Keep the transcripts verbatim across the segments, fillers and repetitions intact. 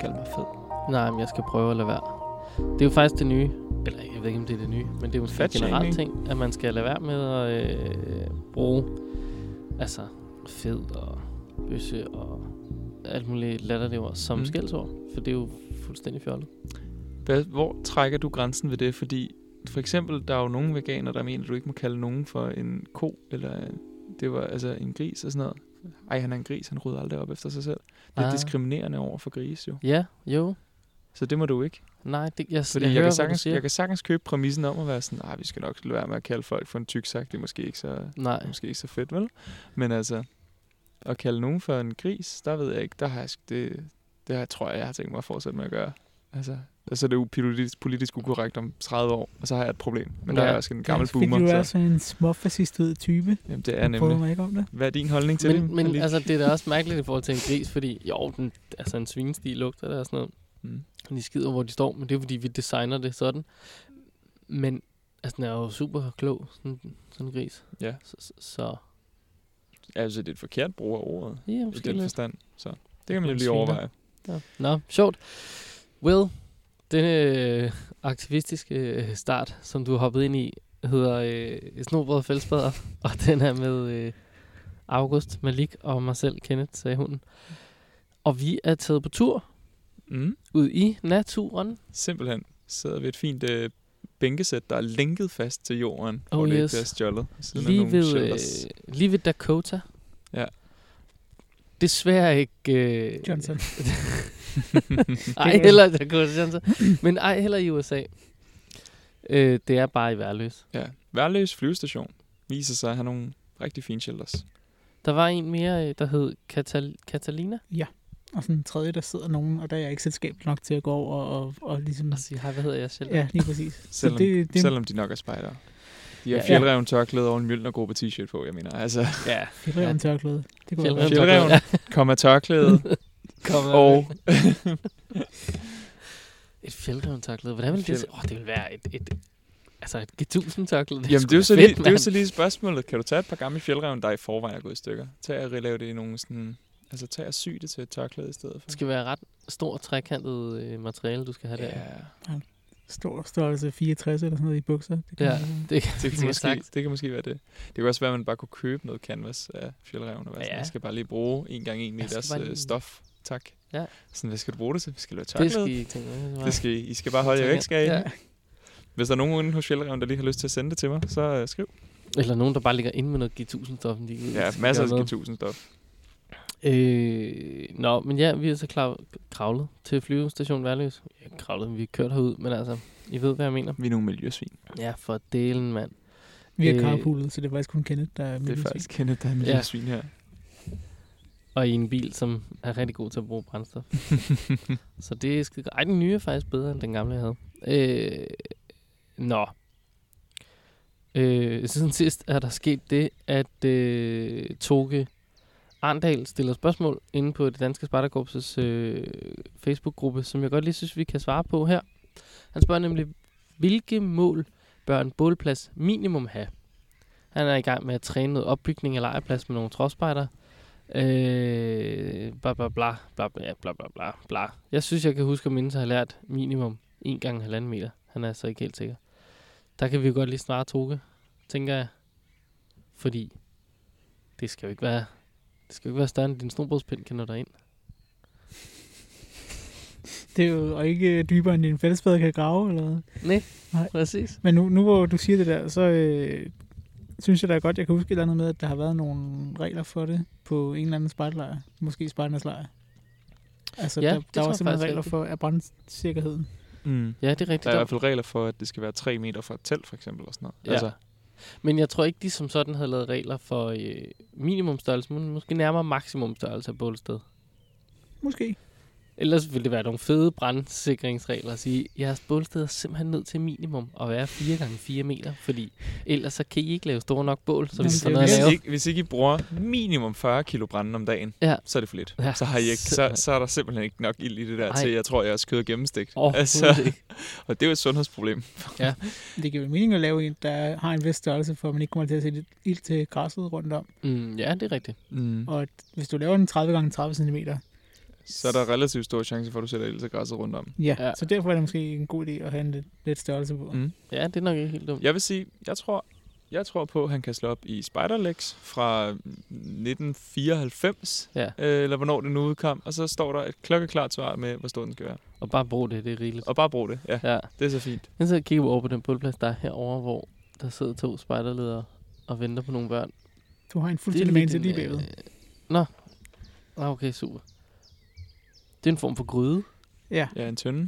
kalde mig fed. Nej, men jeg skal prøve at lade være. Det er jo faktisk det nye. Eller jeg ved ikke, om det er det nye. Men det er jo en generelt ting, at man skal lade være med at øh, bruge altså fed og bøsse og alt muligt latterlige ord som mm. skældsord. For det er jo fuldstændig fjollet. Hvad, hvor trækker du grænsen ved det? Fordi for eksempel, der er jo nogle veganer, der mener, at du ikke må kalde nogen for en ko, eller det var altså en gris og sådan noget. Ej, han er en gris, han rydder aldrig op efter sig selv. Det er ah. diskriminerende over for gris, jo. Ja, jo. Så det må du ikke. Nej, det, jeg, Fordi jeg, jeg, hører, kan sagtens, jeg kan sagtens købe præmissen om at være sådan, nej, vi skal nok lade være med at kalde folk for en tyksak. Det er måske ikke så, nej. Måske ikke så fedt, vel? Men altså, at kalde nogen for en gris, der ved jeg ikke, der har jeg, det, det her, tror jeg, jeg har tænkt mig at fortsætte med at gøre. Altså, altså det er jo politisk, politisk ukorrekt om tredive år, og så har jeg et problem. Men ja. Der er også en gammel boomer. Fordi du er sådan en småfascistet type. Jamen, det er nemlig. Mig ikke om det. Hvad er din holdning til men, det? Men altså, det er da også mærkeligt i forhold til en gris, fordi jo, den, altså en svinestil lugter der og sådan noget. Mm. De skider, hvor de står, men det er fordi, vi designer det sådan. Men altså, den er jo super klog, sådan, sådan en gris. Ja. Så, så, så. Altså, det er et forkert brug af ordet. Ja, måske i den forstand. Så det kan man jo lige overveje. Ja. Nå, sjovt. Will, denne øh, aktivistiske øh, start, som du har hoppet ind i, hedder øh, Snobrød Fællesbader, og den er med øh, August, Malik og mig selv, Kenneth, sagde hunden. Og vi er taget på tur mm. ud i naturen. Simpelthen sidder vi et fint øh, bænkesæt, der er lænket fast til jorden, oh, hvor yes. det ikke bliver stjålet. Lige ved, øh, lige ved Dakota. Ja. Desværre ikke... Øh, Johnson. ej, heller Dakota Johnson. Men ej, heller i U S A. Øh, det er bare i Værløs. Ja, Værløs flyvestation viser sig at have nogle rigtig fine shelters. Der var en mere, der hed Katal- Catalina. Ja, og sådan en tredje, der sidder nogen, og der er jeg ikke selskabelig nok til at gå over og, og, og ligesom... Og sige, hej, hvad hedder jeg selv? Ja, lige præcis. selvom, det, det... selvom de nok er spejdere. De har ja, fjeldreven tørklæde og en Mjølnergruppe t-shirt på, jeg mener. Altså, ja. Fjeldreven tørklæde. Det går fjeldreven, fjeldreven kommer tørklæde. Kommer og... et fjeldreven tørklæde. Hvordan vil det se? Åh, oh, det vil være et... et altså et G tusind tørklæde. Jamen, det er, jo så fedt, lige, det er jo så lige spørgsmålet. Kan du tage et par gamle fjeldreven, der i forvejen er gået i stykker? Tag og lave det i nogle sådan... Altså, tag og sy det til et tørklæde i stedet for. Det skal være ret stor, trekantet øh, materiale, du skal have ja. der. Ja. Stor størrelse fireogtres eller sådan noget i bukser. Det kan, ja, det, kan, det, kan måske, det kan måske være det. Det kan også være, at man bare kunne købe noget canvas af fjeldreven. Og ja. Jeg skal bare lige bruge en gang en meters lige... stof. Tak. Ja. Sådan, hvad skal du bruge det til? Skal du have tørklæde? Det skal I ikke tænke. Det, det skal I. I skal bare holde jer væk, skal I? Ja. Hvis der er nogen uden hos fjeldreven, der lige har lyst til at sende det til mig, så uh, skriv. Eller nogen, der bare ligger inde med noget G tusind stof. De ja, masser af G tusind stof. Øh, nå, men ja, vi er så klar, kravlet til flyvestation Værløs. Ja, kravlet, vi har kørt herud, men altså, I ved, hvad jeg mener. Vi er nogle miljøsvin. Ja, for delen, mand. Vi er carpoolet, så det er faktisk kun Kenneth, der er miljøsvin. Det er faktisk Kenneth, der er miljøsvin ja. her. Og i en bil, som er rigtig god til at bruge brændstof. Så det er skide... Ej, den nye er faktisk bedre, end den gamle, jeg havde. Øh, nå. Øh, siden sidst er der sket det, at øh, Toge Arndal stiller spørgsmål inde på det danske Spartakorpses øh, Facebook-gruppe, som jeg godt lige synes, vi kan svare på her. Han spørger nemlig, hvilke mål bør en bålplads minimum have? Han er i gang med at træne noget opbygning af lejrplads med nogle trådspejder. Øh, bla bla bla, bla bla bla bla bla bla. Jeg synes, jeg kan huske at minde, at have lært minimum en gang halvanden meter. Han er så ikke helt sikker. Der kan vi jo godt lige svare Toge, tænker jeg. Fordi det skal jo ikke være... Det skal jo ikke være større end din snobrødspind kan nå dig ind. Det er jo og ikke dybere end din fællesbad kan grave, eller hvad? Nej, Nej, præcis. Men nu, nu hvor du siger det der, så øh, synes jeg da godt, jeg kan huske et eller andet med, at der har været nogle regler for det på en eller anden spejderlejr. Måske spejderlejr. Altså, ja, der, der var også nogle regler for af brandsikkerheden. Mm. Ja, det er rigtigt. Der er i hvert fald regler for, at det skal være tre meter fra et telt, for eksempel. Og sådan noget. Ja. Altså. Men jeg tror ikke, de som sådan havde lavet regler for øh, minimumstørrelse, men måske nærmere maksimumstørrelse af bålsted. Måske. Ellers ville det være nogle fede brandsikringsregler at sige, jeres bålsted er simpelthen nødt til minimum at være fire gange fire meter, fordi ellers så kan I ikke lave store nok bål, så vi får noget hvis at lave. Ikke, hvis ikke I bruger minimum fyrre kilo brænde om dagen, ja. så er det for lidt. Ja. Så, har I ikke, så, så er der simpelthen ikke nok ild i det der Ej. til, jeg tror, jeg er skød gennemstegt. Oh, altså, og det er jo et sundhedsproblem. Ja. Det giver jo mening at lave en, der har en vis størrelse, for at man ikke kommer til at sætte ild til græsset rundt om. Mm, ja, det er rigtigt. Mm. Og hvis du laver en tredive gange tredive centimeter, så er der relativt stor chance for, at du sætter ild til græsset rundt om. Ja, Ja. ja, så derfor er det måske en god idé at have en lidt, lidt størrelse på. Mm. Ja, det er nok ikke helt dumt. Jeg vil sige, jeg tror, jeg tror på, at han kan slå op i Spiderlegs fra nitten fireoghalvfems, Ja. øh, eller hvornår det nu udkom, og så står der et klokkeklart svar med, hvor stor den skal være. Og bare brug det, det er rigeligt. Og bare brug det, ja. Ja. Det er så fint. Jeg så kigger over på den bålplads, der er herovre, hvor der sidder to spejderledere og venter på nogle børn. Du har en fuldstændig man til lige en, bagved. øh, Nå. Ah, okay, super. Det er en form for gryde. Ja, Ja, en tønde.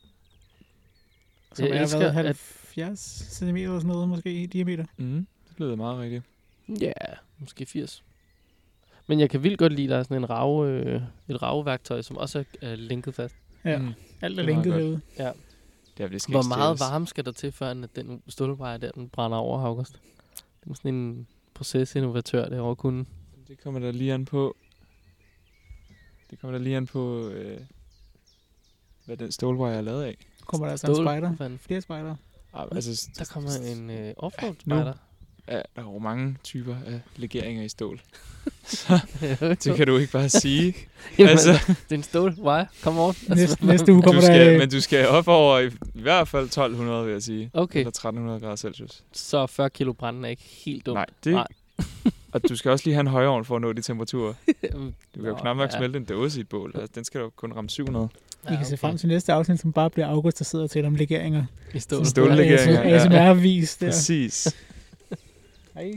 som Jeg er elsker, været at- halvfjerds centimeter eller sådan noget, måske i diameter. Mm. Det lyder meget rigtigt. Ja, måske firs. Men jeg kan vildt godt lide, at der er sådan en rave, øh, et raveværktøj, som også er øh, linket fast. Ja, Mm. alt Det er er meget linket godt. herude. Ja. Ja, det skal Hvor ikke meget stjæles. varme skal der til, før at den stålbrejer der, den brænder over, August? Det er sådan en procesinnovatør derovre kunne. Det kommer der lige an på. Det kommer der lige an på, øh, hvad den stålwire er lavet af. Kommer der altså en Stål. spider? Fanden. Flere spider? Ah, altså, Der kommer en øh, offroad nu. spider. ja, der er jo mange typer af legeringer i stål. Det kan du ikke bare sige. Jamen, altså, det er en stål. Why? Come on. Næste, næste uge du kommer skal, der... men du skal op over i, i hvert fald tolv hundrede, vil jeg sige. Okay, Eller tretten hundrede grader Celsius. så fyrre kilo brænde er ikke helt dumt. Nej, det, Nej. og du skal også lige have en højovn for at nå de temperaturer. Jamen, Du kan jo Nå, knap nok ja. smelte en dåse i et bål. Altså, den skal jo kun ramme syv hundrede. I kan se frem til næste afsnit, som bare bliver August, der sidder og taler om legeringer. I stål. Stållegeringer, ja. A S M R-vis der. Præcis. Hej.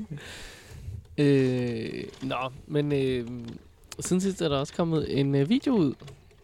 Øh, nå, men øh, siden sidst er der også kommet en øh, video ud.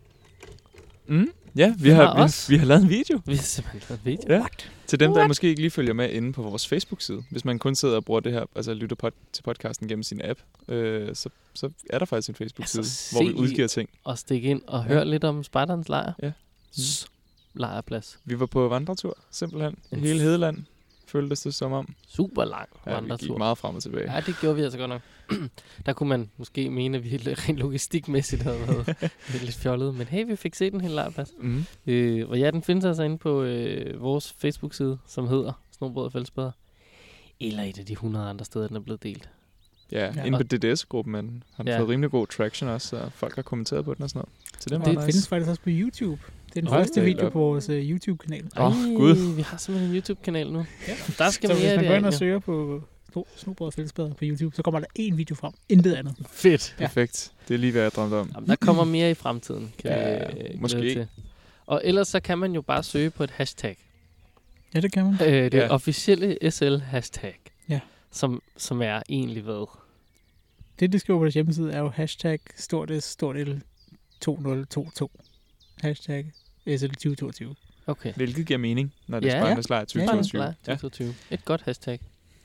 Mm, ja, vi Fra har, vi, os? vi har lavet en video. Vi har simpelthen lavet en video. Ja. Til dem, der måske ikke lige følger med inde på vores Facebook-side. Hvis man kun sidder og bruger det her, altså lytter pod- til podcasten gennem sin app, øh, så, så er der faktisk en Facebook-side, Altså, hvor vi se udgiver ting. Og stikke ind og Ja. høre lidt om spejderens lejr. Ja. S- lejrplads. Vi var på vandretur, simpelthen. I En hele f- Hedeland, føltes det som om. Super lang Ja, vi vandretur. gik meget frem og tilbage. Ja, det gjorde vi altså godt nok. Der kunne man måske mene, at vi rent logistikmæssigt havde været lidt fjollet. Men hey, vi fik set en hel lejrplads. Mm. Øh, og ja, den findes altså inde på øh, vores Facebook-side, som hedder Snobrød og Fællesbader. Eller et af de hundrede andre steder, den er blevet delt. Ja, Ja. inde på D D S-gruppen har den Ja. fået rimelig god traction også, så folk har kommenteret på den og sådan noget. Så det var Det nice. findes faktisk også på YouTube. Det er den Hold første da video op. på vores uh, YouTube-kanal. Åh, Ej, Gud. vi har simpelthen en YouTube-kanal nu. Ja. Der skal Så mere hvis af man det går ind og ind, jo. søger på Sno- Snobrød og Fællesbader på YouTube, så kommer der én video frem. Intet andet. Fedt. Ja. Perfekt. Det er lige, hvad jeg drømte om. Jamen, der kommer mere i fremtiden, kan Ja, vi øh, glæde måske. til. Og ellers så kan man jo bare søge på et hashtag. Ja, det kan man. Øh, det Ja. officielle S L-hashtag. Ja. Som, som er egentlig hvad? Det, de skriver på deres hjemmeside, er jo hashtag stort S, stort L to nul to to. Hashtag S L tyve toogtyve. Okay. Hvilket giver mening, når det er Ja. Spejdernes Lejr tyve toogtyve. Ja. Ja. tyve toogtyve. Et godt hashtag.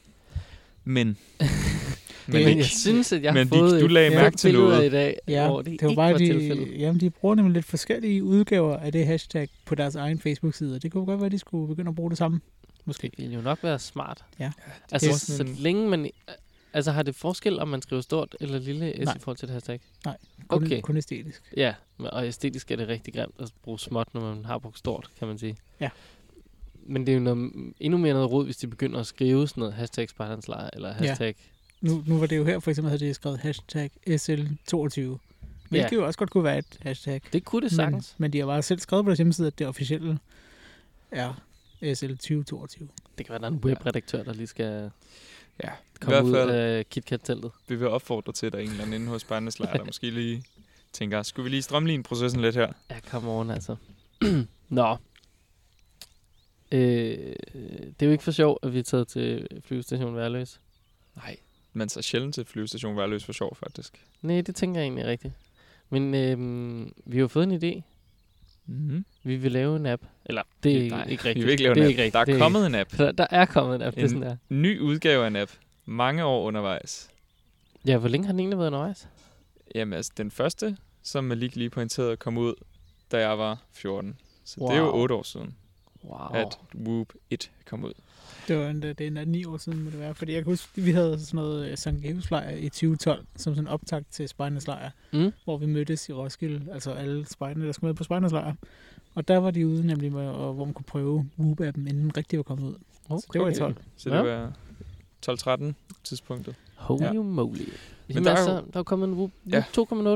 Men, Det men, er Men vi, jeg synes, at jeg har men vi, fået du lagde et mærke fedt til billede noget. i dag, Ja, hvor det, det var ikke bare var de, tilfældet. jamen, de bruger nemlig lidt forskellige udgaver af det hashtag på deres egen Facebook-side. Det kunne godt være, at de skulle begynde at bruge det samme. Måske. Det ville jo nok være smart. Ja. Altså, Det er så sådan længe man... Altså, har det forskel, om man skriver stort eller lille S Nej. i forhold til det hashtag? Kun, Okay. kun æstetisk. Ja, og æstetisk er det rigtig grimt at bruge småt, når man har brugt stort, kan man sige. Ja. Men det er jo noget, endnu mere noget råd, hvis de begynder at skrive sådan noget hashtag Spejderens Lejr, eller hashtag... Nu, nu var det jo her, for eksempel havde de skrevet hashtag S L toogtyve. Hvilket Ja. jo også godt kunne være et hashtag. Det kunne det Men, sagtens. men de har bare selv skrevet på deres hjemmeside, at det officielle er S L tyve toogtyve. Det kan være, der er en webredaktør, der lige skal Ja, i komme hvert ud fald af KitKat-teltet. vi vil opfordre til, at der er en eller anden inde hos Spejdernes Lejr, der måske lige tænker, skulle vi lige strømline processen lidt her? Ja, come on, altså. Nå. Øh, det er jo ikke for sjov, at vi er taget til flyvestation Værløs. Nej, men så sjældent til flyvestation Værløs for sjov, faktisk. Nej, det tænker jeg egentlig rigtigt. Men øh, vi har jo fået en idé. Mm-hmm. Vi vil lave en app. Eller, det er Nej, ikke rigtigt. vi vil ikke lave det er en ikke app. rigtigt. Der er Det kommet en app. ikke. Der, der er kommet en app, det er En- sådan der. Ny udgave af en app. Mange år undervejs. Ja, hvor længe har den egentlig været undervejs? Jamen altså, den første, som Malik lige pointerede, kom ud, da jeg var fjorten. Så wow. det er jo Wow. otte år siden, Wow. at Whoop et kom ud. Det var en, det er en, ni år siden, må det være. Fordi jeg kan huske, vi havde sådan noget uh, Sankt Georgslejr i tyve tolv, som sådan en optakt til Spejdernes Lejr, Mm. hvor vi mødtes i Roskilde, altså alle spejderne, der skulle med på Spejdernes Lejr. Og der var de ude nemlig, med, og, hvor man kunne prøve Whoop-appen, inden den rigtig var kommet ud. Okay. Så det var i tolv. Så Ja. det var tolv tretten tidspunktet. Holy Ja. moly. Men Jamen der er altså, jo- der er kommet en Whoop, Ja. Whoop to punkt nul.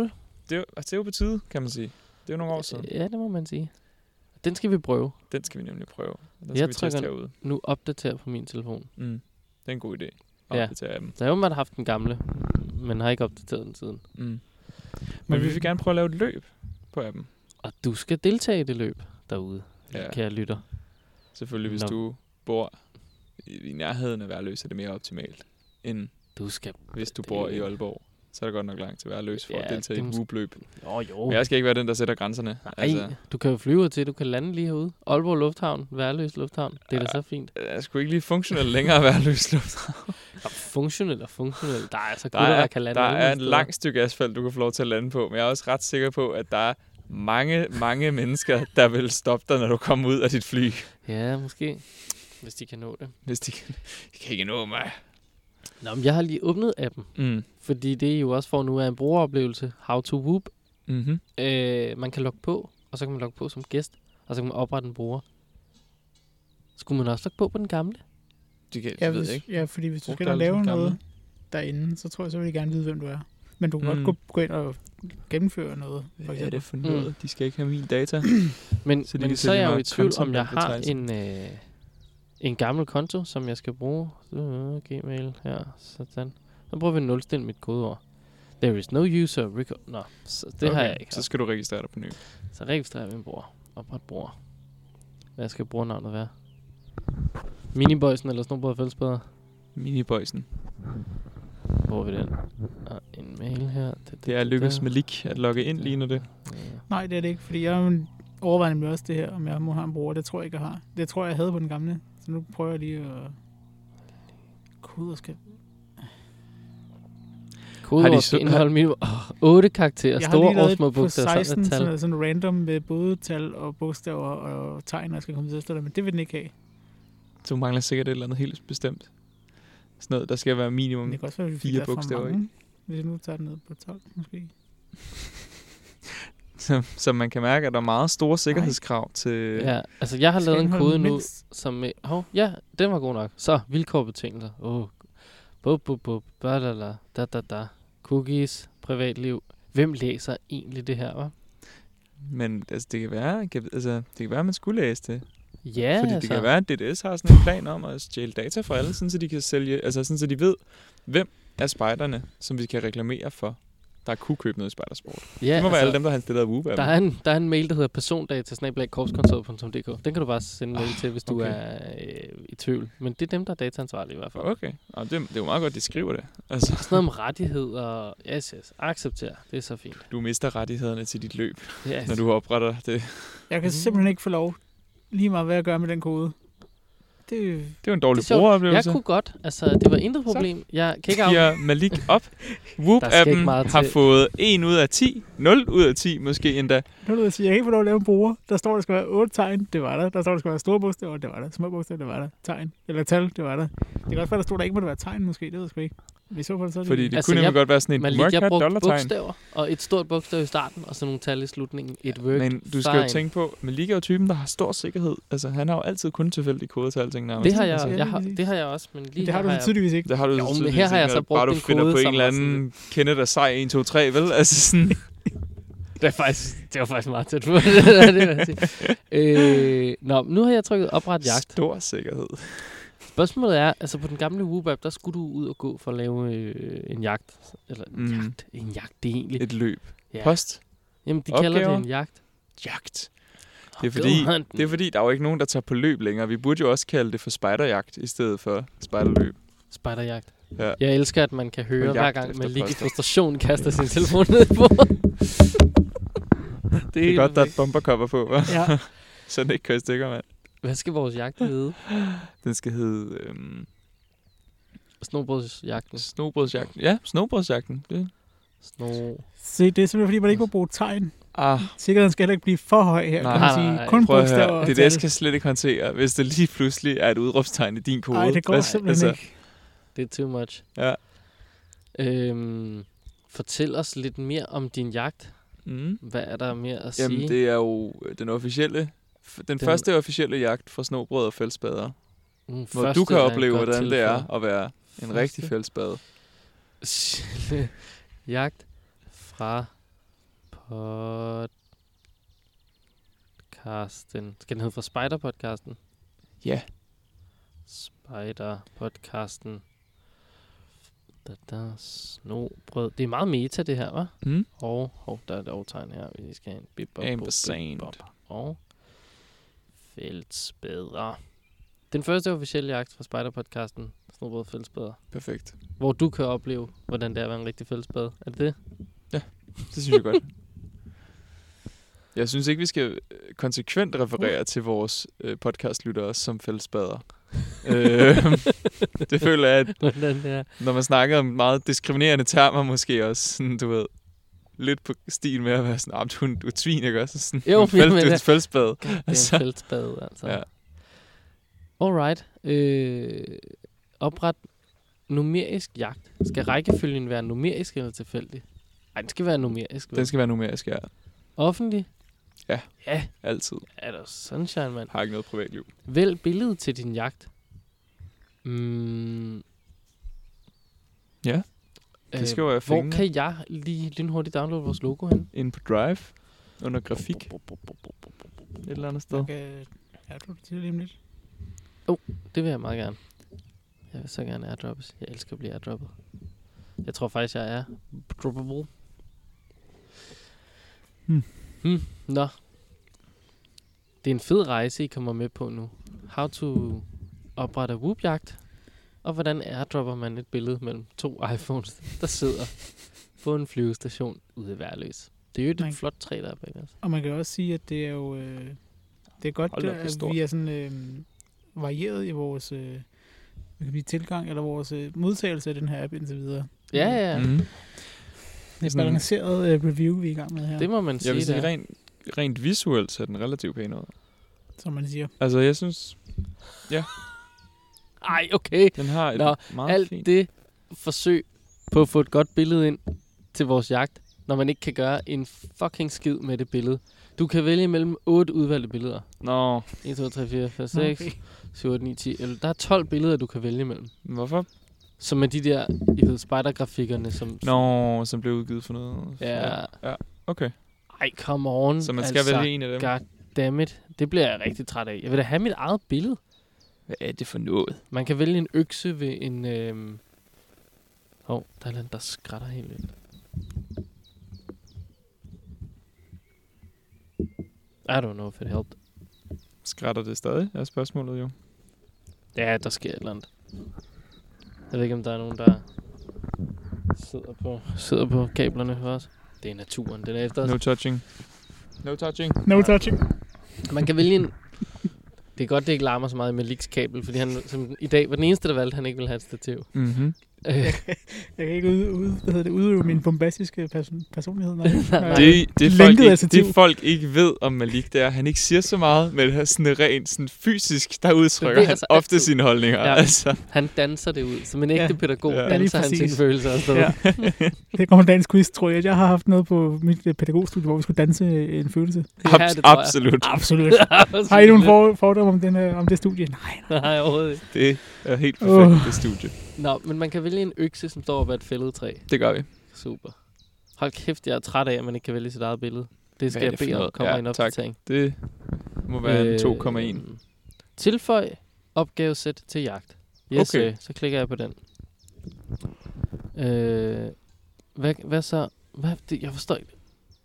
det, er jo, altså, det er jo på tide, kan man sige. Det er jo nogle år siden. Ja, det må man sige. Den skal vi prøve. Den skal vi nemlig prøve. Den Jeg skal vi teste trykker herude. nu opdater på min telefon. Mm. Det er en god idé. Ja. Opdatere dem. Der har jo man haft den gamle, men har ikke opdateret den siden. Mm. Men vi vil gerne prøve at lave et løb på appen. Og du skal deltage i det løb derude, Ja. kære lytter. Selvfølgelig, hvis Nå. du bor i, i nærheden af Værløs, er det mere optimalt, end Du skal... hvis du det- bor i Aalborg. Så er det godt nok langt til Værløs for Ja, at deltage det i er et mås- whoop-løb. Jo, jo. Men jeg skal ikke være den, der sætter grænserne. Nej, altså. Du kan jo flyve til, du kan lande lige herude. Aalborg Lufthavn, Værløs Lufthavn. Det er da så fint. Jeg er sgu ikke lige funktionelt længere Værløs Lufthavn. Og funktionelt og funktionelt. Der er altså Der gutter, er, der kan lande der alle er en steder. lang stykke asfalt, du kan få lov til at lande på. Men jeg er også ret sikker på, at der er mange, mange mennesker, der vil stoppe dig, når du kommer ud af dit fly. Ja, måske. Hvis de kan nå det. Hvis de kan, de kan ikke nå mig. Nå, men jeg har lige åbnet appen. Mm. Fordi det er jo også for nu er en brugeroplevelse. How to Whoop. Mm-hmm. Øh, man kan logge på, og så kan man logge på som gæst. Og så kan man oprette en bruger. Skulle man også logge på på den gamle? De kan, Ja, jeg ved hvis, ikke. ja, fordi hvis du Brugte skal alle lave som noget gamle. derinde, så tror jeg, så vil de gerne vide, hvem du er. Men du kan Mm. godt gå, gå ind og gennemføre noget, for Hvad er eksempel. det for noget? Mm. De skal ikke have min data. Men, Så de men kan så er sælge jeg jo mig i tvivl, om content jeg har advertising. en, øh, en gammel konto, som jeg skal bruge. Øh, Gmail her, sådan. Så prøver vi at nulstille mit kodeord. There is no user record. Nå, så det okay, har jeg ikke. Så skal du registrere dig på ny. Så registrerer jeg min bror. Opret bror. Hvad skal brugernavnet være? Miniboysen eller Snobrød Fællesbæder? Miniboysen. Hvor er vi den? Og en mail her. Det, Det er lykkedes med Lik at logge ind lige når det. Ja. Nej, det er det ikke, fordi jeg overvejer nemlig også det her, om jeg må have en bruger. Det tror jeg ikke, jeg har. Det tror jeg, jeg havde på den gamle. Så nu prøver jeg lige at... Koder skal... Kodeord skal så- indeholde minimum oh, otte karakterer. Jeg har Store lige og lavet små et på bogstaver sammen seksten, med tal. sådan, sådan random med både tal og bogstaver og tegn, jeg skal komme til at stå der, men det vil den ikke have. Så du mangler sikkert et eller andet helt bestemt. Sådan noget, der skal være minimum. Men det kan også være, at vi fire fik der for bogstaver, mange. Hvis jeg nu tager den ned på tolv, måske. Så, så man kan mærke, at der er meget store sikkerhedskrav til... Ja, altså jeg har Skal lavet en indeholde kode nu, mindst- som med... Hov, ja, den var god nok. Så, vilkårbetingelser. Åh, oh. Bup, bup, bup, badala, da, da, da. Cookies, privatliv. Hvem læser egentlig det her, hva'? Men altså, det kan være, kan, altså, det kan være, at man skulle læse det. Ja, Fordi altså. det kan være, at D D S har sådan en plan om at stjæle data fra alle, sådan så de kan sælge, altså sådan så de ved, hvem er spejderne, som vi kan reklamere for, der kunne købe noget i spejdersport. Ja, Det må være altså, alle dem, der har installeret Whoop der er, en, der er en mail, der hedder persondata snabel-a korpskontoret punktum d k. Den kan du bare sende mail til, hvis du okay. er øh, i tvivl. Men det er dem, der er dataansvarlige i hvert fald. Okay, og det, det er jo meget godt, de skriver det. Altså, Sådan noget om rettigheder. Yes, yes. Accepter. Det er så fint. du mister rettighederne til dit løb, Yes. når du opretter det. Jeg kan simpelthen ikke få lov lige meget, hvad jeg gør med den kode. Det, Det er jo en dårlig Det er sjovt. Jeg brugeroplevelse. kunne godt. Altså, det var intet problem. Jeg kan ikke af... Giver Malik op. Der skal ikke Whoop-appen meget har til. fået en ud af ti, nul ud af ti måske endda. nu vil jeg sige, jeg kan ikke få lov at lave en bruger. Der står, der skal være otte tegn, det var der. Der står, der skal være store bogstaver, det var der. Små bogstaver, det var der. Tegn, eller tal, det var der. Det kan også være, der stod, der ikke måtte være tegn, måske. Det ved jeg sgu ikke. Vi så på det, så er det Fordi det Altså, kunne nemlig jeg- godt være sådan Man et lige, jeg mørkt brugte dollartegn. bogstaver, og et stort bogstav i starten, og så nogle tal i slutningen. Et word. Men du skal jo tænke på, Malik er jo typen, der har stor sikkerhed. Altså, han har jo altid kun tilfældige koder til alting nærmest. Det har Altså, jeg, ja, jeg lige har, præcis. det har jeg også, men lige det har her du har så jeg... tydeligvis ikke. Det har du Jo, så men tydeligvis her har jeg ikke, så at brugt bare du en finder kode, på en som eller var anden Kenneth og sej en, to, tre, vel? Altså sådan... Det er faktisk, det var faktisk meget tæt på. det der, det vil jeg sige. øh, nå, nu har jeg trykket opret jagt. Stor sikkerhed. Spørgsmålet er, altså på den gamle Whoop-app, der skulle du ud og gå for at lave øh, en jagt. Eller en Mm. jagt. En jagt, det er egentlig. Et løb. Ja. Post. Jamen, de kalder det opgaver. en jagt. Jagt. Det er, fordi, det er fordi, der er jo ikke nogen, der tager på løb længere. Vi burde jo også kalde det for spejderjagt, i stedet for spejderløb. Spejderjagt. Ja. Jeg elsker, at man kan høre, Og hver jagt gang efter man lige i poster. frustration kaster sin telefon ned på. det er, Det er helt godt, der er et perfekt. bumpercover på, hva'? Ja. Så den ikke kører i stykker, mand. Hvad skal vores jagt hedde? Den skal hedde øhm, Snobrødsjagten. snobrødsjagten. Ja, snobrødsjagten. Det. Sno... Se, det er simpelthen, fordi man ikke må bruge tegn. Ah, Sikkerheden skal heller ikke blive for høj her, Nej, kan man nej, sige. nej. Kun prøv at bogstaver høre. og Det tal. der skal slet ikke håndtere, hvis det lige pludselig er et udråbstegn i din kode. Nej, det går Hvad- simpelthen ikke. Det er too much. Ja. Øhm, fortæl os lidt mere om din jagt. Mm. Hvad er der mere at Jamen, sige? det er jo den officielle, f- den, Den- den første officielle jagt fra snobrød og fældspader. Mm, Hvor første du kan er et opleve, godt hvordan det tilfælde. er at være en Første. rigtig fældsspade. jagt fra Podcasten. Skal den hedde fra Spider-podcasten? Ja. Spider-podcasten. Da, da, snobrød. Det er meget meta, det her, hva'? Mm. Og, hov, der er et overtegn her. Vi skal have en bip, bop, bop, Ampersand. bip, bop. Og feltspæder. Den første officielle jagt fra Spider-podcasten, Snobrød Feltspæder. Perfekt. Hvor du kan opleve, hvordan det er at være en rigtig feltspæde. Er det det? Det synes jeg godt. Jeg synes ikke, vi skal konsekvent referere til vores øh, podcastlyttere som fællesbader. øh, det føler jeg, at Hvordan det er. når man snakker om meget diskriminerende termer, måske også, sådan, du ved, lidt på stil med at være sådan, ah, du, du er tvin, ikke også? Sådan, Jo, fæld, men du er det- et fællesbad. Det er Altså. en feltspæde, altså. Ja. Alright. Øh, opret numerisk jagt. Skal rækkefølgen være numerisk eller tilfældig? Nej, den skal være numerisk. vel? Den skal være numerisk, ja. Offentlig? Ja. Ja, Altid. er der sunshine, mand. Har ikke noget privatliv. Vælg billedet til din jagt. Mm. Ja. Det skal jo være Øh, Hvor fængende. kan jeg lige lynhurtigt downloade vores logo hen? Inde på Drive. Under grafik. Et eller andet sted. Okay. Ja, du det lige om lidt. Det vil jeg meget gerne. Jeg vil så gerne airdroppes. Jeg elsker at blive airdroppet. Jeg tror faktisk, jeg er droppable. Hmm. Hmm. Nå. Det er en fed rejse, I kommer med på nu. How to oprette whoop-jagt. Og hvordan airdropper man et billede mellem to iPhones, der sidder på en flyvestation ude i Værløs. Det er jo et Man- flot træ, der er bag os. Og man kan også sige, at det er jo øh, det er godt, Hold da op, det er at stort. vi er sådan øh, varieret i vores øh, hvad kan vi sige, tilgang eller vores øh, modtagelse af den her app indtil videre. Ja, ja, ja. Mm. Det er et Sådan- balanceret øh, review, vi er i gang med her, Det må man Jeg sige, vil sige, der. rent, rent visuelt ser den relativt pæn ud. som man siger. Altså, jeg synes, Ej, okay. den har et Nå, meget Alt fint... det forsøg på at få et godt billede ind til vores jagt, når man ikke kan gøre en fucking skid med det billede. Du kan vælge mellem otte udvalgte billeder. Nå, en, to, tre, fire, fem, seks, Okay. syv, otte, ni, ti. Eller der er tolv billeder, du kan vælge mellem. hvorfor? Som er de der, I ved, spider-grafikkerne, som... Nå, som blev udgivet for noget. Ja. ja. Okay. Ej, come on. Så man skal altså, vælge en af dem. Goddammit. Det bliver jeg rigtig træt af. Jeg vil da have mit eget billede. Hvad er det for noget? Man kan vælge en økse ved en... Øhm... Hov, der er noget, der skrætter helt vildt. I don't know if it helped. Skrætter det stadig, er spørgsmålet jo. Ja, der sker et eller andet. Jeg ved ikke, om der er nogen, der sidder på, sidder på kablerne for os. Det er naturen, den er efter os. No touching. No touching. No touching. Man kan vælge en... Det er godt, det ikke larmer så meget med Maliks kabel, fordi han som i dag var den eneste, der valgte, at han ikke ville have et stativ. Mm-hmm. Øh, Jeg kan ikke ude, ude, hvad hedder det, udøve min bombastiske person, personlighed. Når Nej. Det, det, Linket folk af ikke, stativ. det folk ikke ved om Malik, det er, at han ikke siger så meget, men det er sådan rent sådan fysisk, der udtrykker Bevæger han sig ofte altid. sine holdninger. Ja. Ja. Altså. han danser det ud. Som en ægte Ja. pædagog Ja. Ja, lige danser han præcis. sine følelser afsted. Ja. Det kommer dagens quiz, tror jeg. Jeg har haft noget på mit øh, pædagogstudie, hvor vi skulle danse en følelse. Ja, Abs- det tror jeg. absolut. Absolut. Har I nogle for, fordomme om, den, øh, om det studie? Nej, nej. Nej, overhovedet ikke. Det er helt perfekt, Åh. det studie. Nå, men man kan vælge en økse, som står op ad et fældet træ. Det gør vi. Super. Hold kæft, jeg er træt af, at man ikke kan vælge sit eget billede. Det skal Hvad er jeg det for bede om, noget? kommer Ja, en tak. opdatering. Det må være øh, to komma en. Tilføj opgavesæt til jagt. Yes, Okay. okay. Så klikker jeg på den. Øh, hvad, hvad så? Hvad, det, jeg forstår ikke.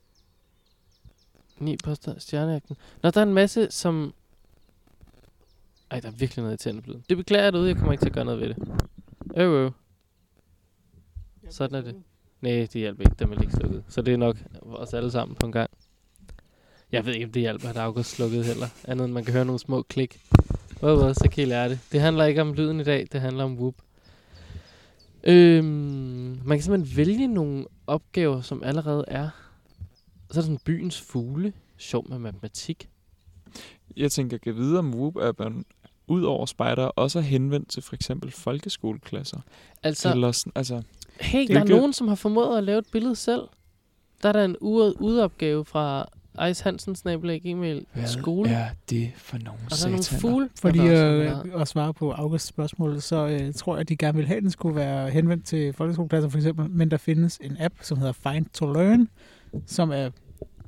Ni poster, stjernejagten. Nå, der er en masse, som... Ej, der er virkelig noget irriterende på lyden. Det beklager jeg derude, jeg kommer ikke til at gøre noget ved det. Øh, øh. Sådan er det. Nej, det hjælper ikke, dem er ikke slukket. Så det er nok os alle sammen på en gang. Jeg ved ikke, om det hjælper, at August slukket heller. Andet end man kan høre nogle små klik. Hvor hvor, så kan I lære det. Det handler ikke om lyden i dag, det handler om whoop. Øhm, man kan simpelthen vælge nogle opgaver, som allerede er. Så er der sådan byens fugle. Sjov med matematik. Jeg tænker, at videre om Whoop-appen, ud over Spider, også er henvendt til for eksempel folkeskoleklasser. Altså, Eller sådan, altså, hey, det der er kan- nogen, som har formået at lave et billede selv. Der er der en ude- udeopgave fra Ice Hansen, snabelag, gmail, skole. er det for nogle Og der er nogle sataner? fugle. Fordi der er også øh, at svare på Augusts spørgsmål, så øh, tror jeg, at de gerne vil have, at den skulle være henvendt til folkeskoleklasser for eksempel, men der findes en app, som hedder Find to Learn, som er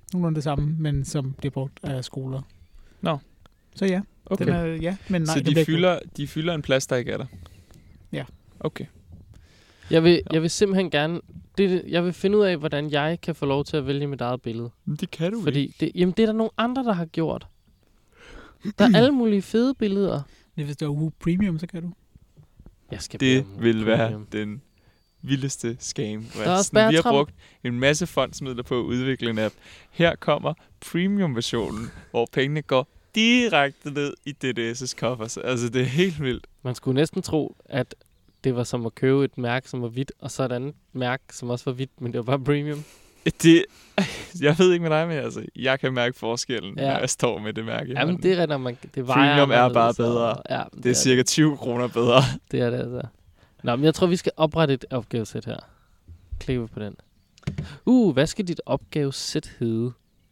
nogenlunde det samme, men som bliver brugt af skoler. Nå. Så ja, Okay. den er, ja, men nej. Så den bliver de ikke fylder, de fylder en plads, der ikke er der? Ja. Okay. Jeg vil, jeg vil simpelthen gerne... Det, jeg vil finde ud af, hvordan jeg kan få lov til at vælge mit eget billede. Men det kan du Fordi ikke. det, jamen, det er der nogle andre, der har gjort. Der er alle mulige fede billeder. Det er, hvis du er Woo Premium, så kan du. Jeg skal Det bede om vil Woo være Premium. den vildeste scam. Der er også Sådan, vi har Bertram. brugt en masse fondsmidler på at udvikle en app. Her kommer premium-versionen, hvor pengene går direkte ned i D D S' koffers. Altså, det er helt vildt. Man skulle næsten tro, at det var som at købe et mærke, som var hvidt, og så et andet mærke, som også var hvidt, men det var bare premium. Det, jeg ved ikke med dig, men altså, jeg kan mærke forskellen, Ja. ja. når jeg står med det mærke. i Jamen, hånden. det er rigtigt, man, det vejer Premium er bare anderledes, og- bedre. Ja, det er cirka tyve kroner bedre. Det er det altså. Nå, men jeg tror, vi skal oprette et opgavesæt her. Klikker vi på den. Uh, hvad skal dit opgavesæt hedde?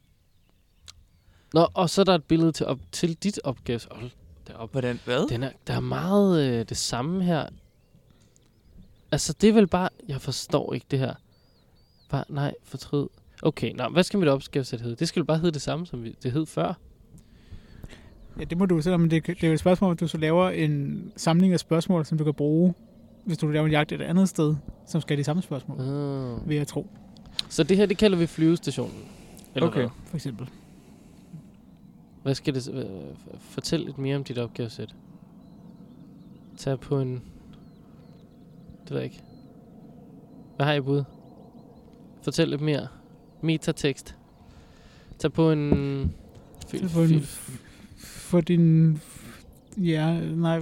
Nå, og så er der et billede til, op, til dit opgavesæt. Hold da op. Hvordan? Hvad? Den er, der er meget øh, det samme her. Altså, det er vel bare... Jeg forstår ikke det her. Bare, nej, fortryd. Okay, nå, hvad skal mit opgavesæt hedde? Det skal jo bare hedde det samme, som vi, det hed før. Ja, det må du selv, men det, det er jo et spørgsmål, at du så laver en samling af spørgsmål, som du kan bruge, hvis du laver en jagt et andet sted, som skal have de samme spørgsmål, Uh. vil jeg tro, Så det her, det kalder vi flyvestationen. Eller Okay. hvad? for eksempel. Hvad skal det... Øh, fortæl lidt mere om dit opgavesæt. Tag på en... Det ved jeg ikke. Hvad har I bud? Fortæl lidt mere. Metatekst. Tag på en... Tag på en... For din... Ja, nej.